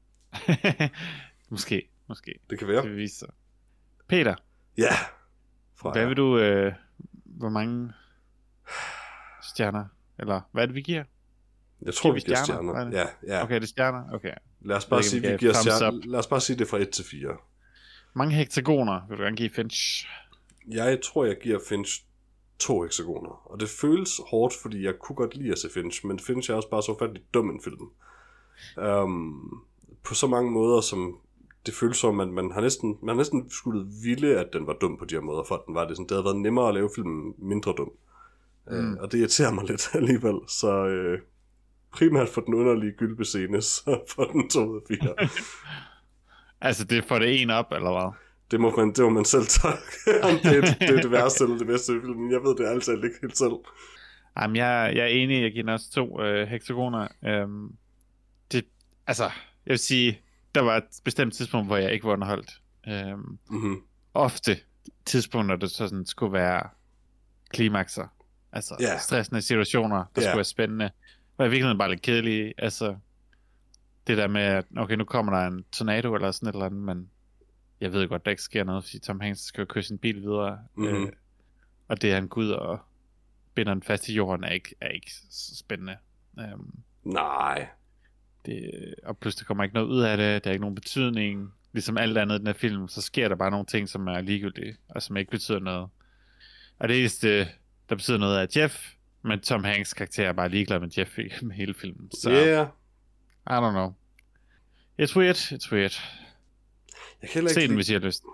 måske, måske. Det kan være. Det vil vise sig. Peter. Ja. Fra hvad vil du, øh, hvor mange stjerner, eller hvad er det, vi giver? Jeg tror, vi giver stjerner. stjerner. Ja, ja. Okay, det er stjerner, okay. Lad os bare sige, vi giver stjerner. Lad os bare sige det fra et til fire. Mange heksagoner vil du gerne give Finch? Jeg tror, jeg giver Finch to heksagoner. Og det føles hårdt, fordi jeg kunne godt lide at se Finch, men Finch er også bare så fattig dum en film. Um, på så mange måder, som det føles som, at man har næsten, man har næsten skulle ville, at den var dum på de her måder, for at den var det. Sådan, det havde været nemmere at lave filmen mindre dum. Mm. Uh, og det irriterer mig lidt alligevel. Så uh, primært for den underlige gylbescene, så for den to ud af fire. Altså, det får det en op, eller hvad? Det må man, det må man selv tage. det, er, det er det værste eller det bedste i filmen. Jeg ved det altid ikke helt selv. Jamen, jeg, jeg er enig. Jeg giver den også to øh, heksagoner. Um, det, altså, jeg vil sige, der var et bestemt tidspunkt, hvor jeg ikke var underholdt. Um, mm-hmm. Ofte tidspunkter, der så sådan skulle være klimakser. Altså, yeah. stressende situationer, der yeah. skulle være spændende. Og i virkeligheden bare lidt kedelige. Altså, det der med, at okay, nu kommer der en tornado eller sådan et eller andet, men jeg ved godt, der ikke sker noget, fordi Tom Hanks skal jo køre sin bil videre. Mm-hmm. Øh, og det er han går ud og binder den fast i jorden, er ikke, er ikke så spændende. Um, Nej. Det, og pludselig kommer ikke noget ud af det, der er ikke nogen betydning. Ligesom alt andet i den her film, så sker der bare nogle ting, som er ligegyldige, og som ikke betyder noget. Og det eneste, der betyder noget, er Jeff, men Tom Hanks karakter er bare ligeglad med Jeff med hele filmen. Så, yeah. I don't know. It's weird, it's weird. Jeg kan heller ikke Se den, lide... hvis I har lyst.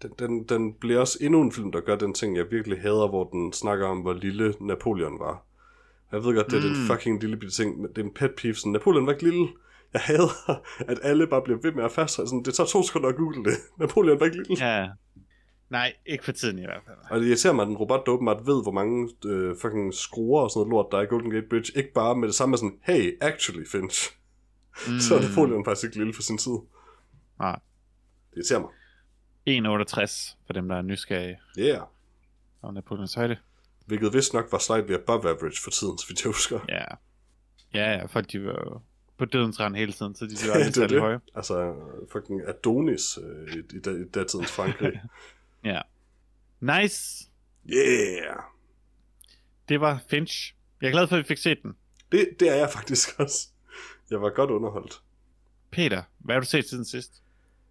den, den, den bliver også endnu en film, der gør den ting, jeg virkelig hader, hvor den snakker om, hvor lille Napoleon var. Jeg ved godt, det er mm. den fucking lille bitte ting, det er en pet peeve, sådan, Napoleon var ikke lille. Jeg hader, at alle bare bliver ved med at fastholde sådan, det tager to sekunder at google det. Napoleon var ikke lille. Ja. Nej, ikke for tiden i hvert fald. Og det irriterer mig, at en robot, der åbenbart ved, hvor mange øh, fucking skruer og sådan noget lort, der er i Golden Gate Bridge, ikke bare med det samme sådan, hey, actually, Finch. Mm. Så er Napoleon faktisk ikke lille for sin tid. Nej. Det irriterer mig. en komma otteogtres for dem, der er nysgerrige. Ja. Yeah. Og Napoleons højde. Hvilket vist nok var slightly above average for tiden, så vidt jeg husker. Ja. Ja, ja, folk de var jo på dødens rand hele tiden, så de var lidt særlig høje. Altså, fucking Adonis øh, i, i, i datidens Frankrig. Ja. Nice. Yeah. Det var Finch. Jeg er glad for, at vi fik set den. Det, det er jeg faktisk også. Jeg var godt underholdt. Peter, hvad har du set siden sidst?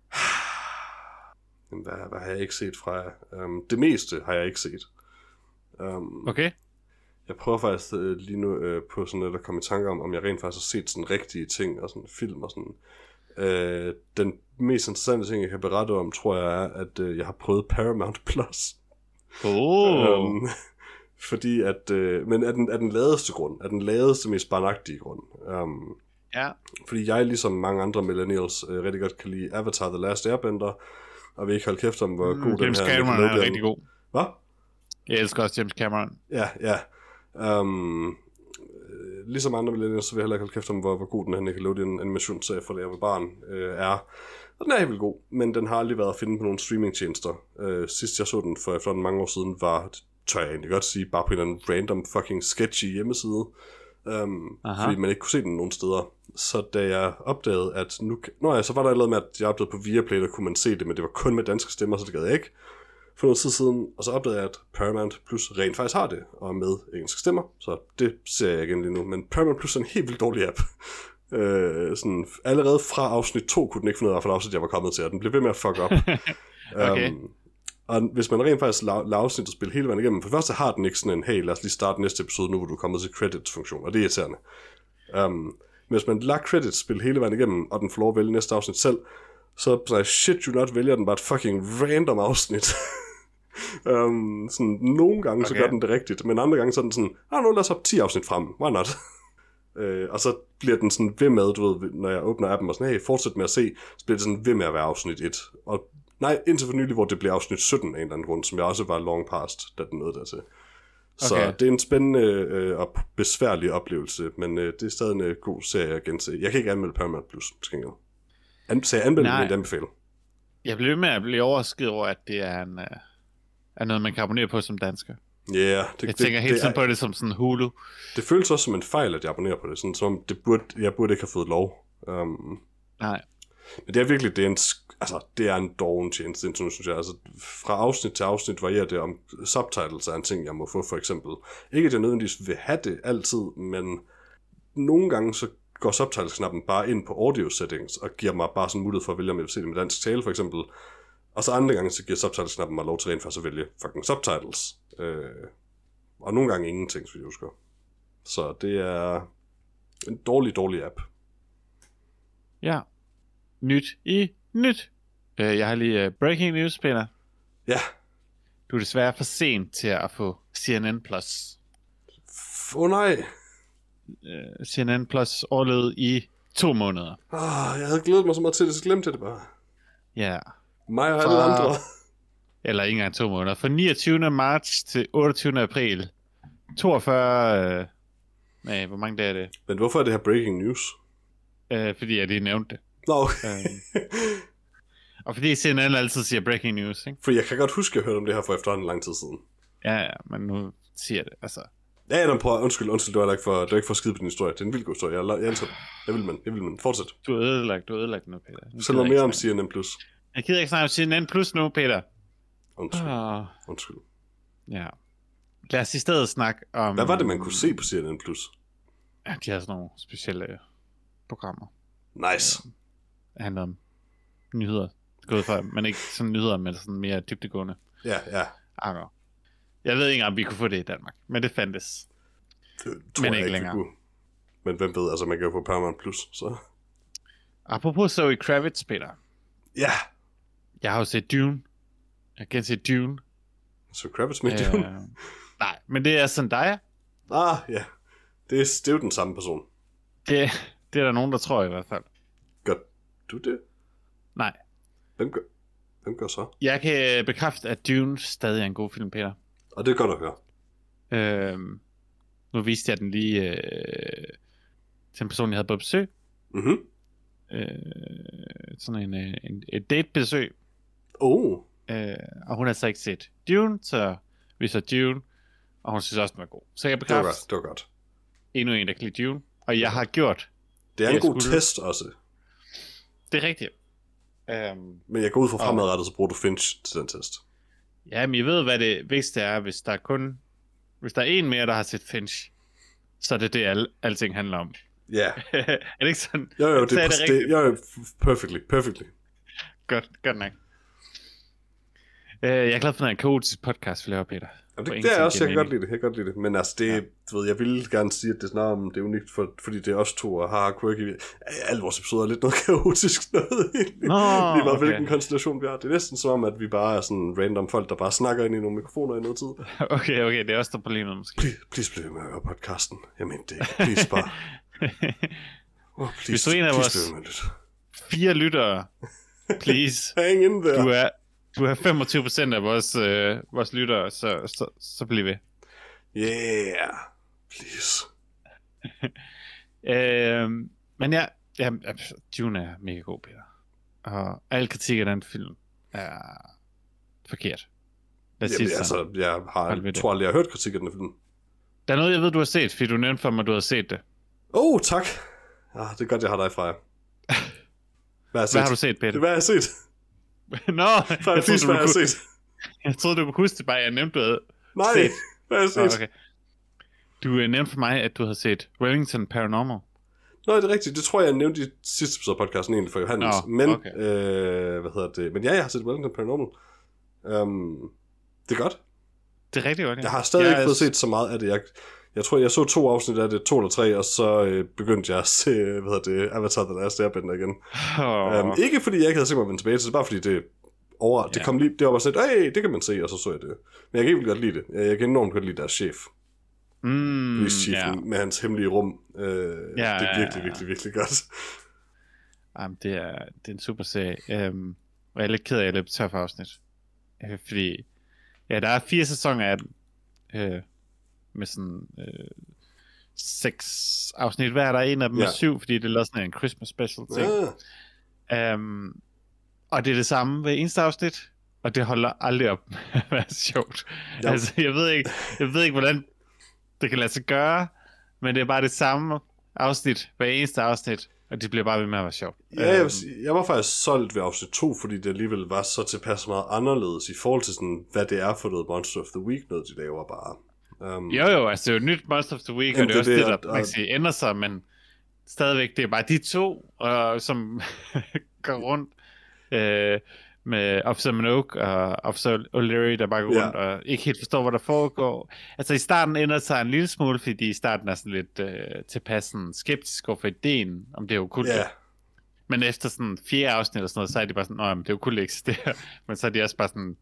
Hvad, hvad har jeg ikke set fra jer? Um, det meste har jeg ikke set. Um, okay. Jeg prøver faktisk uh, lige nu uh, på sådan noget, der kommer i tanke om, om jeg rent faktisk har set sådan rigtige ting og sådan film og sådan. Uh, den mest interessante ting, jeg kan berette om, tror jeg er, at uh, jeg har prøvet Paramount Plus. Oh. um, fordi at, uh, men er den, er den ladeste grund, er den ladeste, mest barnagtige grund. Um, ja. Fordi jeg, ligesom mange andre millennials, uh, rigtig godt kan lide Avatar The Last Airbender, og vi ikke holde kæft om, hvor mm, god James den her Cameron er rigtig god. Hvad? Jeg elsker også James Cameron. Ja, ja. Um, ligesom andre millennials, så vil jeg heller ikke holde kæft om, hvor, hvor god den her Nickelodeon animationsserie for det, jeg var barn, øh, er. Og den er helt vildt god, men den har aldrig været at finde på nogle streamingtjenester. Øh, sidst jeg så den for efterhånden mange år siden, var, tør jeg egentlig godt sige, bare på en eller anden random fucking sketchy hjemmeside. Um, fordi man ikke kunne se den nogen steder. Så da jeg opdagede, at nu... Nå ja, så var der allerede med, at jeg opdagede på Viaplay, der kunne man se det, men det var kun med danske stemmer, så det gad jeg ikke. For noget tid siden, og så opdagede jeg, at Paramount Plus rent faktisk har det, og med engelske stemmer, så det ser jeg igen lige nu. Men Paramount Plus er en helt vildt dårlig app. øh, sådan, allerede fra afsnit to kunne den ikke finde ud af, hvilket afsnit jeg var kommet til, og den blev ved med at fuck op. okay. um, og hvis man rent faktisk laver afsnit og spiller hele vejen igennem, for det første har den ikke sådan en, hey, lad os lige starte næste episode nu, hvor du er kommet til credits-funktion, og det er irriterende. Um, hvis man lader credits spille hele vejen igennem, og den får lov at vælge næste afsnit selv, så så shit you not vælger den bare et fucking random afsnit. um, sådan, nogle gange okay. så gør den det rigtigt, men andre gange så er den sådan, ah, nu lad os op ti afsnit frem, why not? uh, og så bliver den sådan ved med, du ved, når jeg åbner appen og sådan, hey, fortsæt med at se, så bliver det sådan ved med at være afsnit et. Og nej, indtil for nylig, hvor det bliver afsnit sytten af en eller anden grund, som jeg også var long past, da den nåede der til. Så okay. Det er en spændende øh, og besværlig oplevelse, men øh, det er stadig en øh, god serie at gense. Jeg kan ikke anmelde Paramount Plus, skal jeg An- Så jeg anmelder den, men anbefale. Jeg bliver med at blive overrasket over, at det er, en, uh, er noget, man kan abonnere på som dansker. Ja, yeah, det, jeg tænker det, hele tiden det er, på det som sådan Hulu. Det føles også som en fejl, at jeg abonnerer på det, sådan som det burde, jeg burde ikke have fået lov. Um, Nej. Men det er virkelig, det er en, altså, det er en doven tjeneste, synes jeg. Altså, fra afsnit til afsnit varierer det om subtitles er en ting, jeg må få, for eksempel. Ikke at jeg nødvendigvis vil have det altid, men nogle gange så går subtitles-knappen bare ind på audio settings, og giver mig bare sådan mulighed for at vælge, om jeg vil se det med dansk tale, for eksempel. Og så andre gange, så giver subtitles-knappen mig lov til rent for at vælge fucking subtitles. Øh, og nogle gange ingenting, så jeg husker. Så det er en dårlig, dårlig app. Ja. Nyt i nyt. Uh, jeg har lige uh, breaking news, Peter. Ja. Du er desværre for sent til at få C N N Plus. Åh oh, nej. Uh, C N N Plus overlevede i to måneder. Ah, jeg havde glædet mig så meget til det, så glemte jeg det bare. Ja. Mig og alle andre. Eller ikke engang to måneder. Fra niogtyvende marts til otteogtyvende april. toogfyrre... Uh... Nej, hvor mange dage er det? Men hvorfor er det her breaking news? Uh, fordi jeg lige nævnte det. Nå. No. um, og fordi C N N altid siger breaking news, ikke? For jeg kan godt huske, at jeg hørte om det her for efterhånden lang tid siden. Ja, ja, men nu siger det, altså. Ja, jeg prøver, undskyld, undskyld, du er ikke for, du er ikke for skide på din historie. Det er en vild god historie. Jeg, jeg elsker den. Jeg vil, men, jeg vil, men. Fortsæt. Du er ødelagt, du er ødelagt nu, Peter. Nu så noget mere om C N N Plus. Jeg gider ikke snakke om C N N Plus nu, Peter. Undskyld. Oh. Undskyld. Ja. Lad os i stedet snakke om... Hvad var det, man kunne se på C N N Plus? Ja, de har sådan nogle specielle programmer. Nice. Det handler om nyheder. Gået for, men ikke sådan nyheder, men sådan mere dybdegående. Ja, ja. Okay. Jeg ved ikke, om vi kunne få det i Danmark, men det fandtes. Det tror men jeg ikke længere. Men hvem ved, altså man kan jo få Paramount Plus, så... Apropos Zoe Kravitz, Peter. Ja. Jeg har jo set Dune. Jeg kan se Dune. Så Kravitz med øh, Dune? Nej, men det er Zendaya. Ah, ja. Det er, det er jo den samme person. Det, det er der nogen, der tror i hvert fald. Gør du det? Nej. Hvem gør, hvem gør så? Jeg kan bekræfte, at Dune stadig er en god film, Peter. Og det er godt at høre. Øhm, nu viste jeg den lige øh, til en person, jeg havde på besøg. Mhm. Øh, sådan en, en, et datebesøg. Oh. Øh, og hun har så ikke set Dune, så vi så Dune, og hun synes også, den var god. Så jeg bekræfter, det var godt, det var godt. Endnu en, der kan lide Dune, og jeg har gjort. Det er en god skulle... test også. Det er rigtigt. Um, Men jeg går ud fra fremadrettet, så bruger du Finch til den test. Ja, men jeg ved, hvad det vigtigste er, hvis der er kun, hvis der er en mere, der har set Finch, så er det det, al- alting handler om. Ja. Yeah. Er det ikke sådan? Jo, jo, det er, det, det, jo, jo, perfectly, perfectly. Godt, godt nok. Uh, jeg er glad for, at en kaotisk podcast, vi laver, Peter. Jamen, det, det er også, jeg kan godt lide det, jeg kan godt lide det. Men altså, det, ja. du ved, jeg ville gerne sige, at det er snart, om det er unikt, for, fordi det er os to, og har quirky. Alle vores episoder er lidt noget kaotisk noget, egentlig. Nå, lige meget, okay. hvilken konstellation vi har. Det er næsten som om, at vi bare er sådan random folk, der bare snakker ind i nogle mikrofoner i noget tid. Okay, okay, det er også der problemet, måske. Please, please bliv med at høre podcasten. Jeg mener det. Please bare. Oh, please, Hvis du er en af vores fire lyttere, please. Hang in there. Du er... Du har femogtyve procent af vores, øh, vores lyttere, så, så, så bliv ved. Yeah, please. øh, men ja, ja, Dune er mega god, Peter. Og al kritik af den film er forkert. Lad os Jamen, sige altså, jeg har, tror aldrig, jeg har hørt kritik af den film. Der er noget, jeg ved, du har set, fordi du nævnte for mig, at du har set det. Åh, oh, tak. Ja, det er godt, jeg har dig fra jer. Hvad har, Hvad har du set, Peter? Hvad har jeg set? Nå, jeg, jeg, troede, du, kunne... set. jeg troede, du kunne huske det bare, jeg nævnte, du havde Nej, set. hvad har jeg set? Oh, okay. Du nævnte for mig, at du havde set Wellington Paranormal. Nå, det er rigtigt. Det tror jeg, jeg nævnte i sidste episode podcasten egentlig for Johannes. Nå, men, okay. øh, hvad hedder det? Men ja, jeg har set Wellington Paranormal. Um, det er godt. Det er rigtig godt, ja. Jeg har stadig jeg ikke fået set så meget af det. Jeg, jeg tror, jeg så to afsnit af det, to eller tre, og så øh, begyndte jeg at se, hvad hedder det, Avatar The Last Airbender igen. Oh. Um, ikke fordi jeg ikke havde set mig at vende tilbage til det, bare fordi det over, yeah. det kom lige, det var bare sådan, hey, det kan man se, og så så jeg det. Men jeg kan ikke godt lide det. Jeg kan enormt godt lide deres chef. Mm, Polischefen yeah. med hans hemmelige rum. Øh, yeah, det er virkelig, virkelig, virkelig godt. Jamen, det er, det er en super serie. Um, og jeg er lidt ked af, at jeg løb tør for afsnit. Uh, fordi, ja, der er fire sæsoner af den. Uh, med sådan uh, seks afsnit hver. Der er en af dem med yeah. syv, fordi det er lavet sådan en Christmas special ting. Yeah. Um, og det er det samme ved eneste afsnit. Og det holder aldrig op med at være sjovt. Yep. Altså, jeg ved ikke, jeg ved ikke, hvordan det kan lade sig gøre, men det er bare det samme afsnit hver eneste afsnit, og det bliver bare ved med at være sjovt. Ja, jeg, sige, jeg var faktisk solgt ved afsnit to, fordi det alligevel var så tilpas meget anderledes i forhold til sådan, hvad det er for noget Monster of the Week, noget de laver bare. Um, jo jo, altså det er jo nyt Monster of the Week, og det er også det, det der og, man kan sige, ændrer sig, men stadigvæk, det er bare de to, og, som går rundt øh, med Officer Minogue og Officer O'Leary, der bare går yeah. rundt og ikke helt forstår, hvad der foregår. Altså i starten ændrer sig en lille smule, fordi i starten er sådan lidt øh, tilpas sådan skeptisk over for ideen, om det er okkult. Yeah. Men efter sådan fjerde afsnit og sådan noget, så er de bare sådan, nej, men det er okkult eksisterer. Men så er de også bare sådan,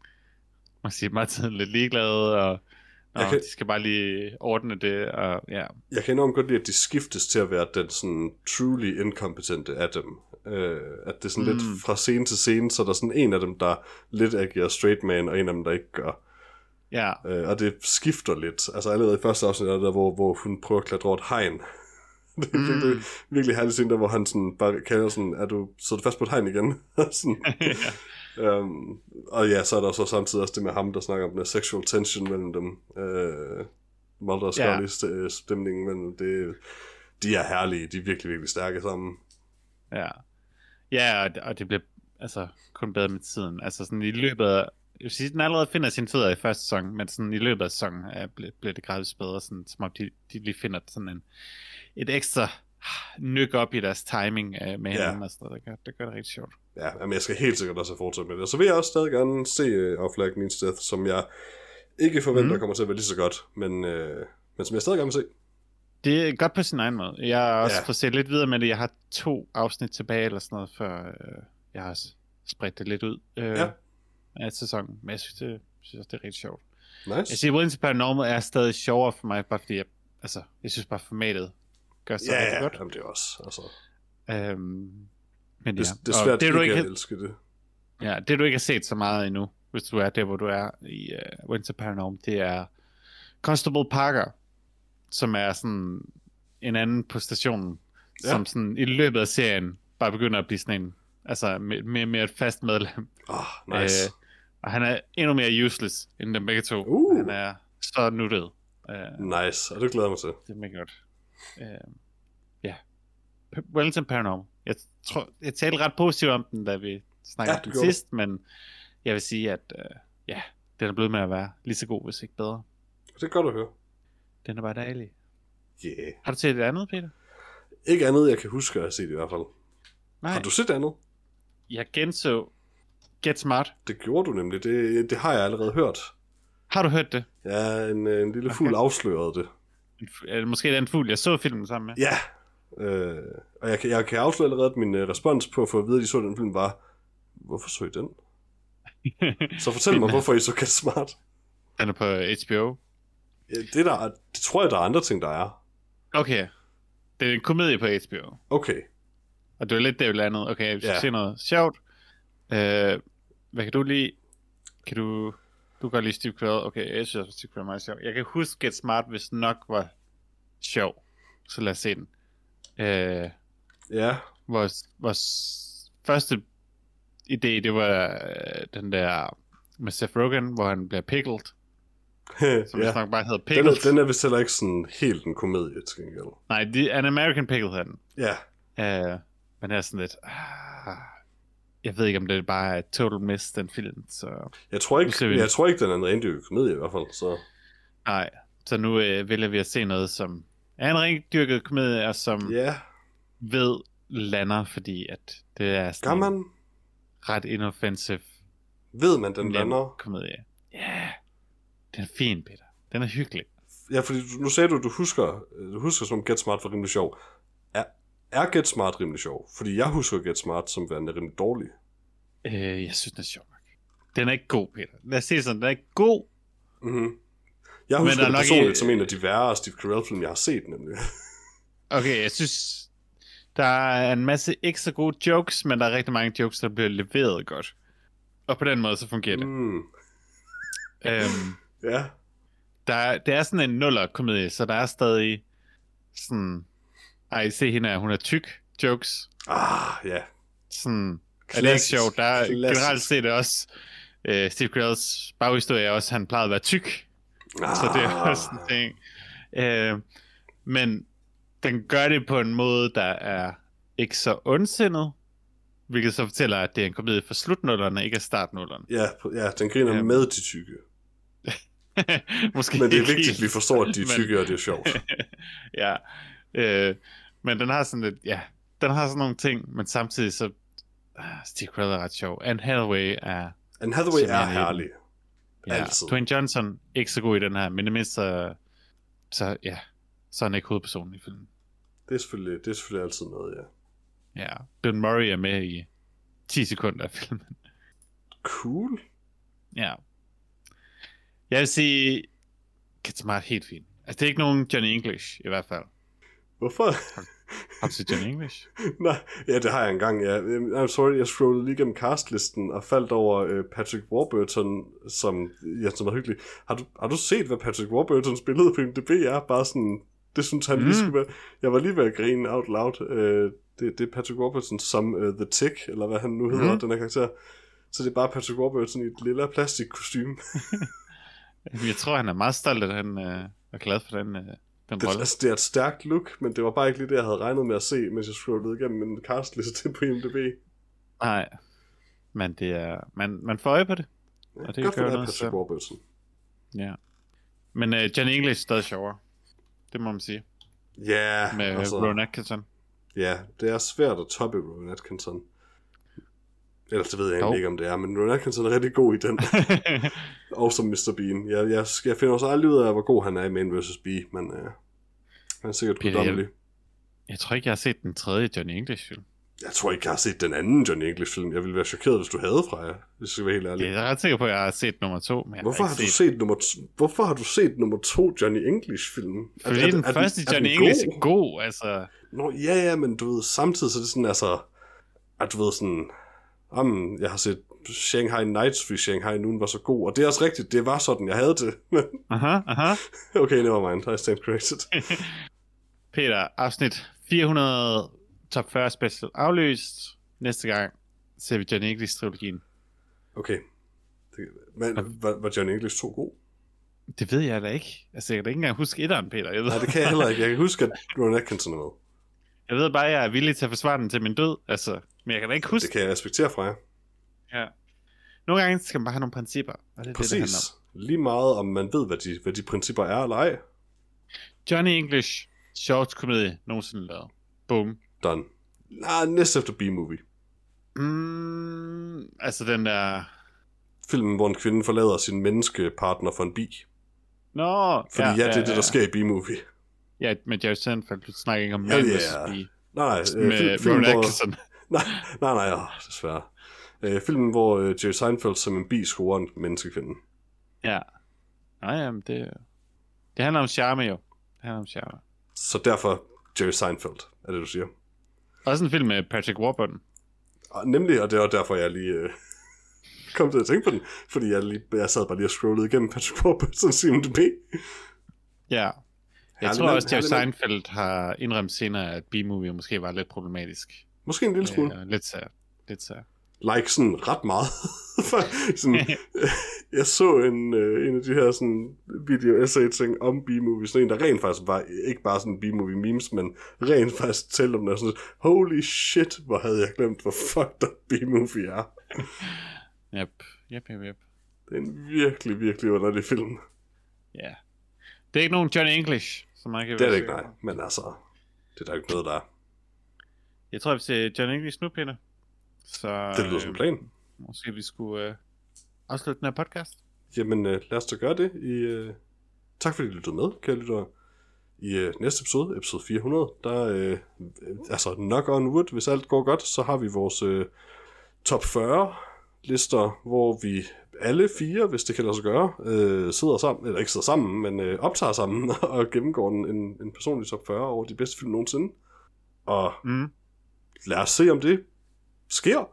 man siger meget tiden lidt ligeglade, og Nå, kan, de skal bare lige ordne det, og ja. Jeg kan enormt godt lide, at de skiftes til at være den sådan truly inkompetente af dem. Uh, at det er sådan mm. lidt fra scene til scene, så der er sådan en af dem, der lidt agerer straight man, og en af dem, der ikke gør. Ja. Uh, og det skifter lidt. Altså allerede i første afsnit er der, hvor, hvor hun prøver at klatre over et hegn. Det er mm. virkelig, virkelig herlig scene der, hvor han sådan bare kalder sådan, er du sidder fast på et hegn igen? sådan. Ja. Um, og ja, så er der så samtidig også det med ham, der snakker om den sexual tension mellem dem. Uh, Mulder og Scully ja. stemningen mellem det. De er herlige, de er virkelig, virkelig stærke sammen. Ja, ja og, det, og det bliver altså kun bedre med tiden. Altså sådan i løbet af, jeg vil sige, den allerede finder sin fødder i første sæson, men sådan i løbet af sæsonen er, bliver, bliver det gradvist bedre, sådan, som om de, de lige finder sådan en, et ekstra nyk op i deres timing uh, med hinanden, ja. Og sådan noget. Det gør, det gør det rigtig sjovt. Ja, men jeg skal helt sikkert også fortsætte med det. Så vil jeg også stadig gerne se uh, Outflag Means Death, som jeg ikke forventer mm. kommer til at være lige så godt, men, uh, men som jeg stadig gerne vil se. Det er godt på sin egen måde. Jeg har også ja. fået set lidt videre med det. Jeg har to afsnit tilbage eller sådan noget, før uh, jeg har spredt det lidt ud. Uh, ja. af sæsonen, men jeg synes, det, synes, det er rigtig sjovt. Nice. Jeg siger, Wellington Paranormal er stadig sjovere for mig, bare fordi jeg, altså, jeg synes bare formatet gør sig ja, rigtig ja, godt. Ja, det er også, altså... Øhm, men det, ja. det er svært det, ikke, ikke at elske det. Ja, det du ikke har set så meget endnu, hvis du er der, hvor du er i uh, Wellington Paranormal, det er Constable Parker, som er sådan en anden på stationen, ja. som sådan i løbet af serien bare begynder at blive sådan en, altså mere med, med et fast medlem. Ah, oh, nice. Uh, og han er endnu mere useless end dem begge to. Uh. Han er så nuttet. Uh, nice, og det glæder mig til. Det er mega godt. Uh, ja. Yeah. Wellington Paranormal. Jeg tror, jeg talte ret positivt om den, da vi snakkede ja, om den sidst, men jeg vil sige, at uh, ja, den er blevet med at være lige så god, hvis ikke bedre. Det er godt at høre. Den er bare dejlig. Yeah. Har du set et andet, Peter? Ikke andet, jeg kan huske at have set i hvert fald. Nej. Har du set andet? Jeg genså Get Smart. Det gjorde du nemlig. Det, det har jeg allerede hørt. Har du hørt det? Ja, en, en lille fugl okay. afslørede det. En, måske den fugl, jeg så filmen sammen med. Ja. Øh, og jeg, jeg kan afsløre allerede, at min uh, respons på at få at vide, at I så den film var, hvorfor så I den? Så fortæl mig, hvorfor I så Get Smart. Den er på H B O. Ja, det, der, det tror jeg, der er andre ting, der er. Okay. Det er en komedie på H B O. Okay. Og det er lidt det eller andet. Okay, hvis ja. du siger noget sjovt. Øh, hvad kan du lide? Kan du... Du kan godt lide Steve Carell. Okay, jeg synes også, Steve Carell er meget sjov. Jeg kan huske Get Smart, hvis nok var sjov. Så lad os se den. Øh, ja. Vores, vores første idé, det var øh, den der med Seth Rogen, hvor han bliver pickled. Som ja. nok bare hedder Pickled. Den er, den er vist heller ikke sådan helt en komedie, til gengæld. Nej, det er en American Pickled, han. Ja. Uh, men det er sådan lidt... Uh, jeg ved ikke, om det bare er et total miss, den film. Så jeg tror ikke, jeg tror ikke den er en rendyrket komedie i hvert fald. Så. Nej, så nu uh, vælger vi at se noget, som er en rendyrket komedie, og som yeah. ved lander, fordi at det er sådan man? ret inoffensive. Ved man, den lander? Komedie. Ja, yeah. Den er fin, Peter. Den er hyggelig. Ja, fordi nu sagde du, du husker, du husker som Get Smart var rimelig sjov. Er, er Get Smart rimelig sjov? Fordi jeg husker Get Smart som værende rimelig dårlig. Øh, jeg synes, den er sjov nok. Den er ikke god, Peter. Lad os sige sådan, den er ikke god. Mhm. Jeg husker det personligt i... som en af de værre Steve Carell-film, jeg har set, nemlig. Okay, jeg synes, der er en masse ikke så gode jokes, men der er rigtig mange jokes, der bliver leveret godt. Og på den måde, så fungerer det. Mm. Øhm, ja. Der, det er sådan en nuller-komedie, så der er stadig sådan... Ej, se hende her, hun er tyk jokes. Ah, ja. Yeah. Sådan, er det ikke sjovt? Der er generelt set også... Uh, Steve Carells baghistorie er også, han plejede at være tyk. Ah. Så det er også en ting. Uh, men den gør det på en måde, der er ikke så ondsindet. Hvilket så fortæller, at det er en komedie for slutnullerne, ikke af startnullerne. Ja, ja, den griner um, med de tykke. Måske men det er vigtigt, at vi forstår, at de er tykke, men... og det er sjovt. ja, øh, men den har sådan lidt, ja, den har sådan nogle ting, men samtidig så, uh, Steve Carell er ret sjov. Anne Hathaway er... Anne Hathaway er herlig. Ja, altid. Dwayne Johnson, ikke så god i den her, men det mindste, så, så ja, så er han ikke hovedpersonen i filmen. Det er selvfølgelig, det er selvfølgelig altid noget, ja. Ja, Bill Murray er med i ti sekunder af filmen. Cool. Ja. Jeg vil sige, Get Smart helt fint. Altså, det er ikke nogen Johnny English, i hvert fald. Hvorfor? Har, har du set Johnny English? Nej, ja, det har jeg engang, ja. I'm sorry, jeg scrollede lige gennem castlisten og faldt over uh, Patrick Warburton, som, ja, som var hyggelig. Har du, har du set, hvad Patrick Warburtons billede på I M D B er? Bare sådan, det synes han mm. lige skulle være. Jeg var lige ved at grine out loud. Uh, det, det er Patrick Warburton som uh, The Tick, eller hvad han nu hedder, mm. den her karakter. Så det er bare Patrick Warburton i et lille plastikkostyme. Jeg tror, han er meget stolt, at han øh, er glad for den, øh, den det, rolle. Altså, det er et stærkt look, men det var bare ikke lige det, jeg havde regnet med at se, mens jeg scrollede igennem en castliste på I M D B. Nej, men det er, man, man får øje på det. Ja, og det godt for det, Patrick Warburton. Ja. Men uh, Johnny English er stadig sjovere. Det må man sige. Ja. Yeah, med altså, Rowan Atkinson. Ja, det er svært at toppe Rowan Atkinson. Ellers det ved jeg egentlig ikke, om det er, men Rowan Atkinson er rigtig god i den. Og som mister Bean. Jeg, jeg, jeg finder også aldrig ud af, hvor god han er i Man versus. Bee, men uh, han er sikkert guddommelig. Jeg, jeg tror ikke, jeg har set den tredje Johnny English film. Jeg tror ikke, jeg har set den anden Johnny English-film. Jeg ville være chokeret, hvis du havde, Freja, hvis jeg skal være helt ærlig. Jeg er ret sikker på, at jeg har set nummer to. Men Hvorfor har, har du set... set nummer to... Hvorfor har du set nummer to Johnny English-film? Fordi er, den er, første er, Johnny er English god? er god, altså... Nå, ja, ja, men du ved, samtidig så er det sådan, altså... At du ved sådan... Jamen, jeg har set Shanghai Nights, fordi Shanghai Noon var så god. Og det er også rigtigt, det var sådan, jeg havde det. Aha, aha. Okay, never mind, I stand corrected. Peter, afsnit fire hundrede top fyrre special afløst. Næste gang ser vi Johnny English-trilogien. Okay. Det, men var, var Johnny English to god? Det ved jeg da ikke. Altså, jeg kan da ikke engang huske etteren, Peter. Jeg ved... Nej, det kan jeg heller ikke. Jeg kan huske, at Rowan Atkinson er med. Jeg ved bare, at jeg er villig til at forsvare den til min død. Altså, men jeg kan da ikke huske... Det kan jeg respektere fra jer. Ja. Nogle gange skal man bare have nogle principper. Og det er Præcis. det, det handler om. Lige meget, om man ved, hvad de, hvad de principper er eller ej. Johnny English, sjovt komedie, nogensinde lavet. Boom. Done. Nej, næst efter B-movie. Mm, altså den der... Filmen, hvor en kvinde forlader sin menneskepartner for en bi. Nå, Fordi ja, ja det er ja, det, der ja. sker i B-movie. Ja, med Jerry Seinfeld, du snakker ikke om Ja, Mel ja. i... Nej, med øh, film, Rowan hvor... Atkinson. nej, nej, nej, åh, desværre. Øh, filmen, hvor øh, Jerry Seinfeld som en bi scorer en menneskekvinde. Ja. Nej, jamen det... Det handler om charme jo. Det handler om charme. Så derfor Jerry Seinfeld, er det, du siger. Også en film med Patrick Warburton. Og nemlig, og det var derfor, jeg lige øh, kom til at tænke på den. Fordi jeg, lige, jeg sad bare lige og scrollede igennem Patrick Warburtons I M D B. Ja. Jeg Herlig tror mand, også, at Jerry herlig mand. Seinfeld har indrømt senere, at B-movie måske var lidt problematisk. Måske en lille smule. Øh, lidt sær. Lidt sær. Like sådan ret meget. sådan, jeg så en, øh, en af de her sådan video-essay-ting om B-movie. Sådan en, der rent faktisk var ikke bare sådan B-movie memes, men rent faktisk talte om det. Sådan, holy shit, hvor havde jeg glemt, hvor fucked up B-movie er. Yep, yep, yep, yep. Det er en virkelig, virkelig underlig film. Ja. Yeah. Det er ikke nogen Johnny English, som man kan Det er det ikke, nej. Men altså, det er der ikke noget, der er. Jeg tror, vi ser Johnny English nu, Peter. Så, Det lyder som plan. Måske vi skulle øh, afslutte den her podcast. Jamen, øh, lad os da gøre det. I, øh... Tak fordi I lyttede med, kære lyttere. I øh, næste episode, episode fire hundrede, der, øh, altså knock on wood, hvis alt går godt, så har vi vores øh, top fyrre lister, hvor vi alle fire, hvis det kan lade sig gøre, øh, sidder sammen, eller ikke sidder sammen, men øh, optager sammen og gennemgår en, en, en personlig top fyrre over de bedste film nogensinde. Og Mm. lad os se, om det sker.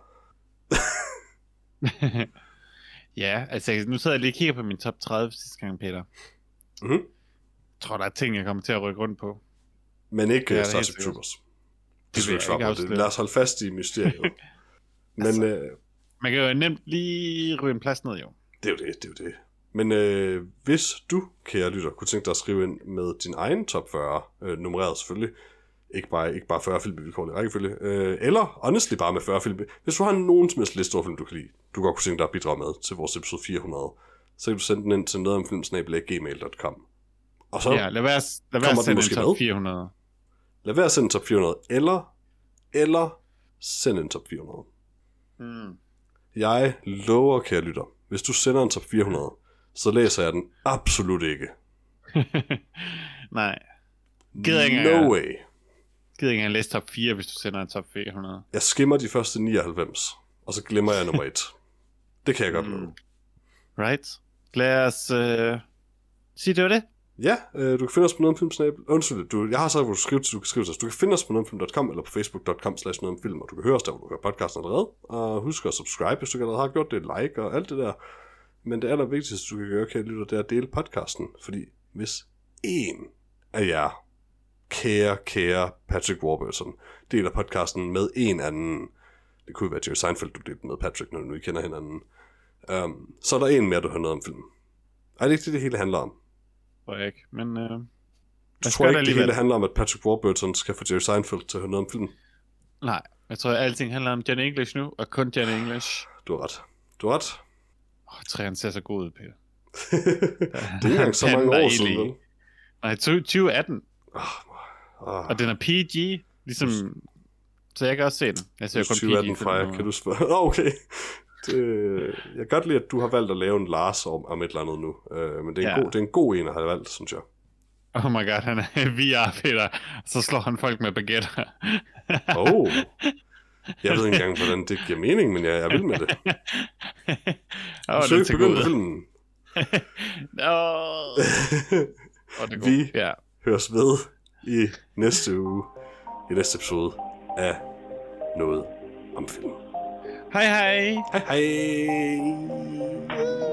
Ja, altså nu sidder jeg lige og kigger på min top tredive sidste gang, Peter. Mhm. Jeg tror, der er ting, jeg kommer til at rykke rundt på. Men ikke Ja, uh, det er helt Starship sikkert. Troopers. Det, Det det vil jeg svare ikke på. Det. afsløre. Lad os holde fast i mysteriet. Men Altså, øh, Man kan jo nemt lige ryge en plads ned, jo. det er jo det, det er jo det. Men øh, hvis du, kære lytter, kunne tænke dig at skrive ind med din egen top fyrre, øh, nummereret selvfølgelig, ikke bare, ikke bare fyrre film i vilkårlig rækkefølge, øh, eller honestly bare med fyrre film. Hvis du har nogen som helst liste over film, du kan lide, du godt kunne tænke dig at bidrage med til vores episode fire hundrede, så kan du sende den ind til nogetomfilm snabel-a gmail punktum com. Og så Ja, lad være, lad være kommer at den sende en måske top med. fire hundrede. lad være at sende top fire hundrede, eller, eller send en top fire hundrede. Mm. Jeg lover, kære lytter, hvis du sender en top fire hundrede, så læser jeg den absolut ikke. Nej. Gider ikke No engang- way. Gider ikke engang læse top fire, hvis du sender en top fire hundrede. Jeg skimmer de første nioghalvfems, og så glemmer jeg nummer et. Det kan jeg godt lide. Mm. Right? Lad os øh... sige, det var det. Ja, øh, du kan finde os på nogetomfilm. Undskyld, du, jeg har sagt, hvor du skriver til, du kan skrive til os. Du kan finde os på nogetomfilm punktum com eller på facebook punktum com slash nogetomfilm, og du kan høre os der, hvor du hører podcasten allerede. Og husk at subscribe, hvis du ikke allerede har gjort det, like og alt det der. Men det allervigtigste, du kan gøre, kære lytter, det er at dele podcasten. Fordi hvis en af jer, kære, kære Patrick Warburton, deler podcasten med en anden, det kunne være Jerry Seinfeld, du delte med Patrick, når du nu ikke kender hinanden, um, så er der en mere, du hører noget om filmen. Er det ikke det, det hele handler om? Tror jeg ikke, men... Øh... Du tror ikke, det hele handler om, at Patrick Warburton skal få Jerry Seinfeld til at høre noget om filmen? Nej, jeg tror, at alting handler om Johnny English nu, og kun Johnny English. Du har ret. Du har ret. Åh, oh, træerne ser så god ud, Peter. Det er ikke engang så mange år siden, vel? Nej, tyve atten. Oh, oh. Og den er P G, ligesom... Så jeg kan også se den. Jeg ser kun tyve atten P G. fra, kan du spørge? Oh, okay. Det, jeg kan godt lide, at du har valgt at lave en Lars om, om et eller andet nu. Uh, men det er, en Ja. god, det er en god en at have valgt, synes jeg. Oh my god, han er V R, Peter. Så slår han folk med baguetter. Oh. Jeg ved ikke engang, hvordan det giver mening, men jeg, jeg vil med det. Oh, du skal ikke begynde på filmen. oh. oh, Vi ja. høres ved i næste uge, i næste episode af Noget om film. Hej hej. Hej hej.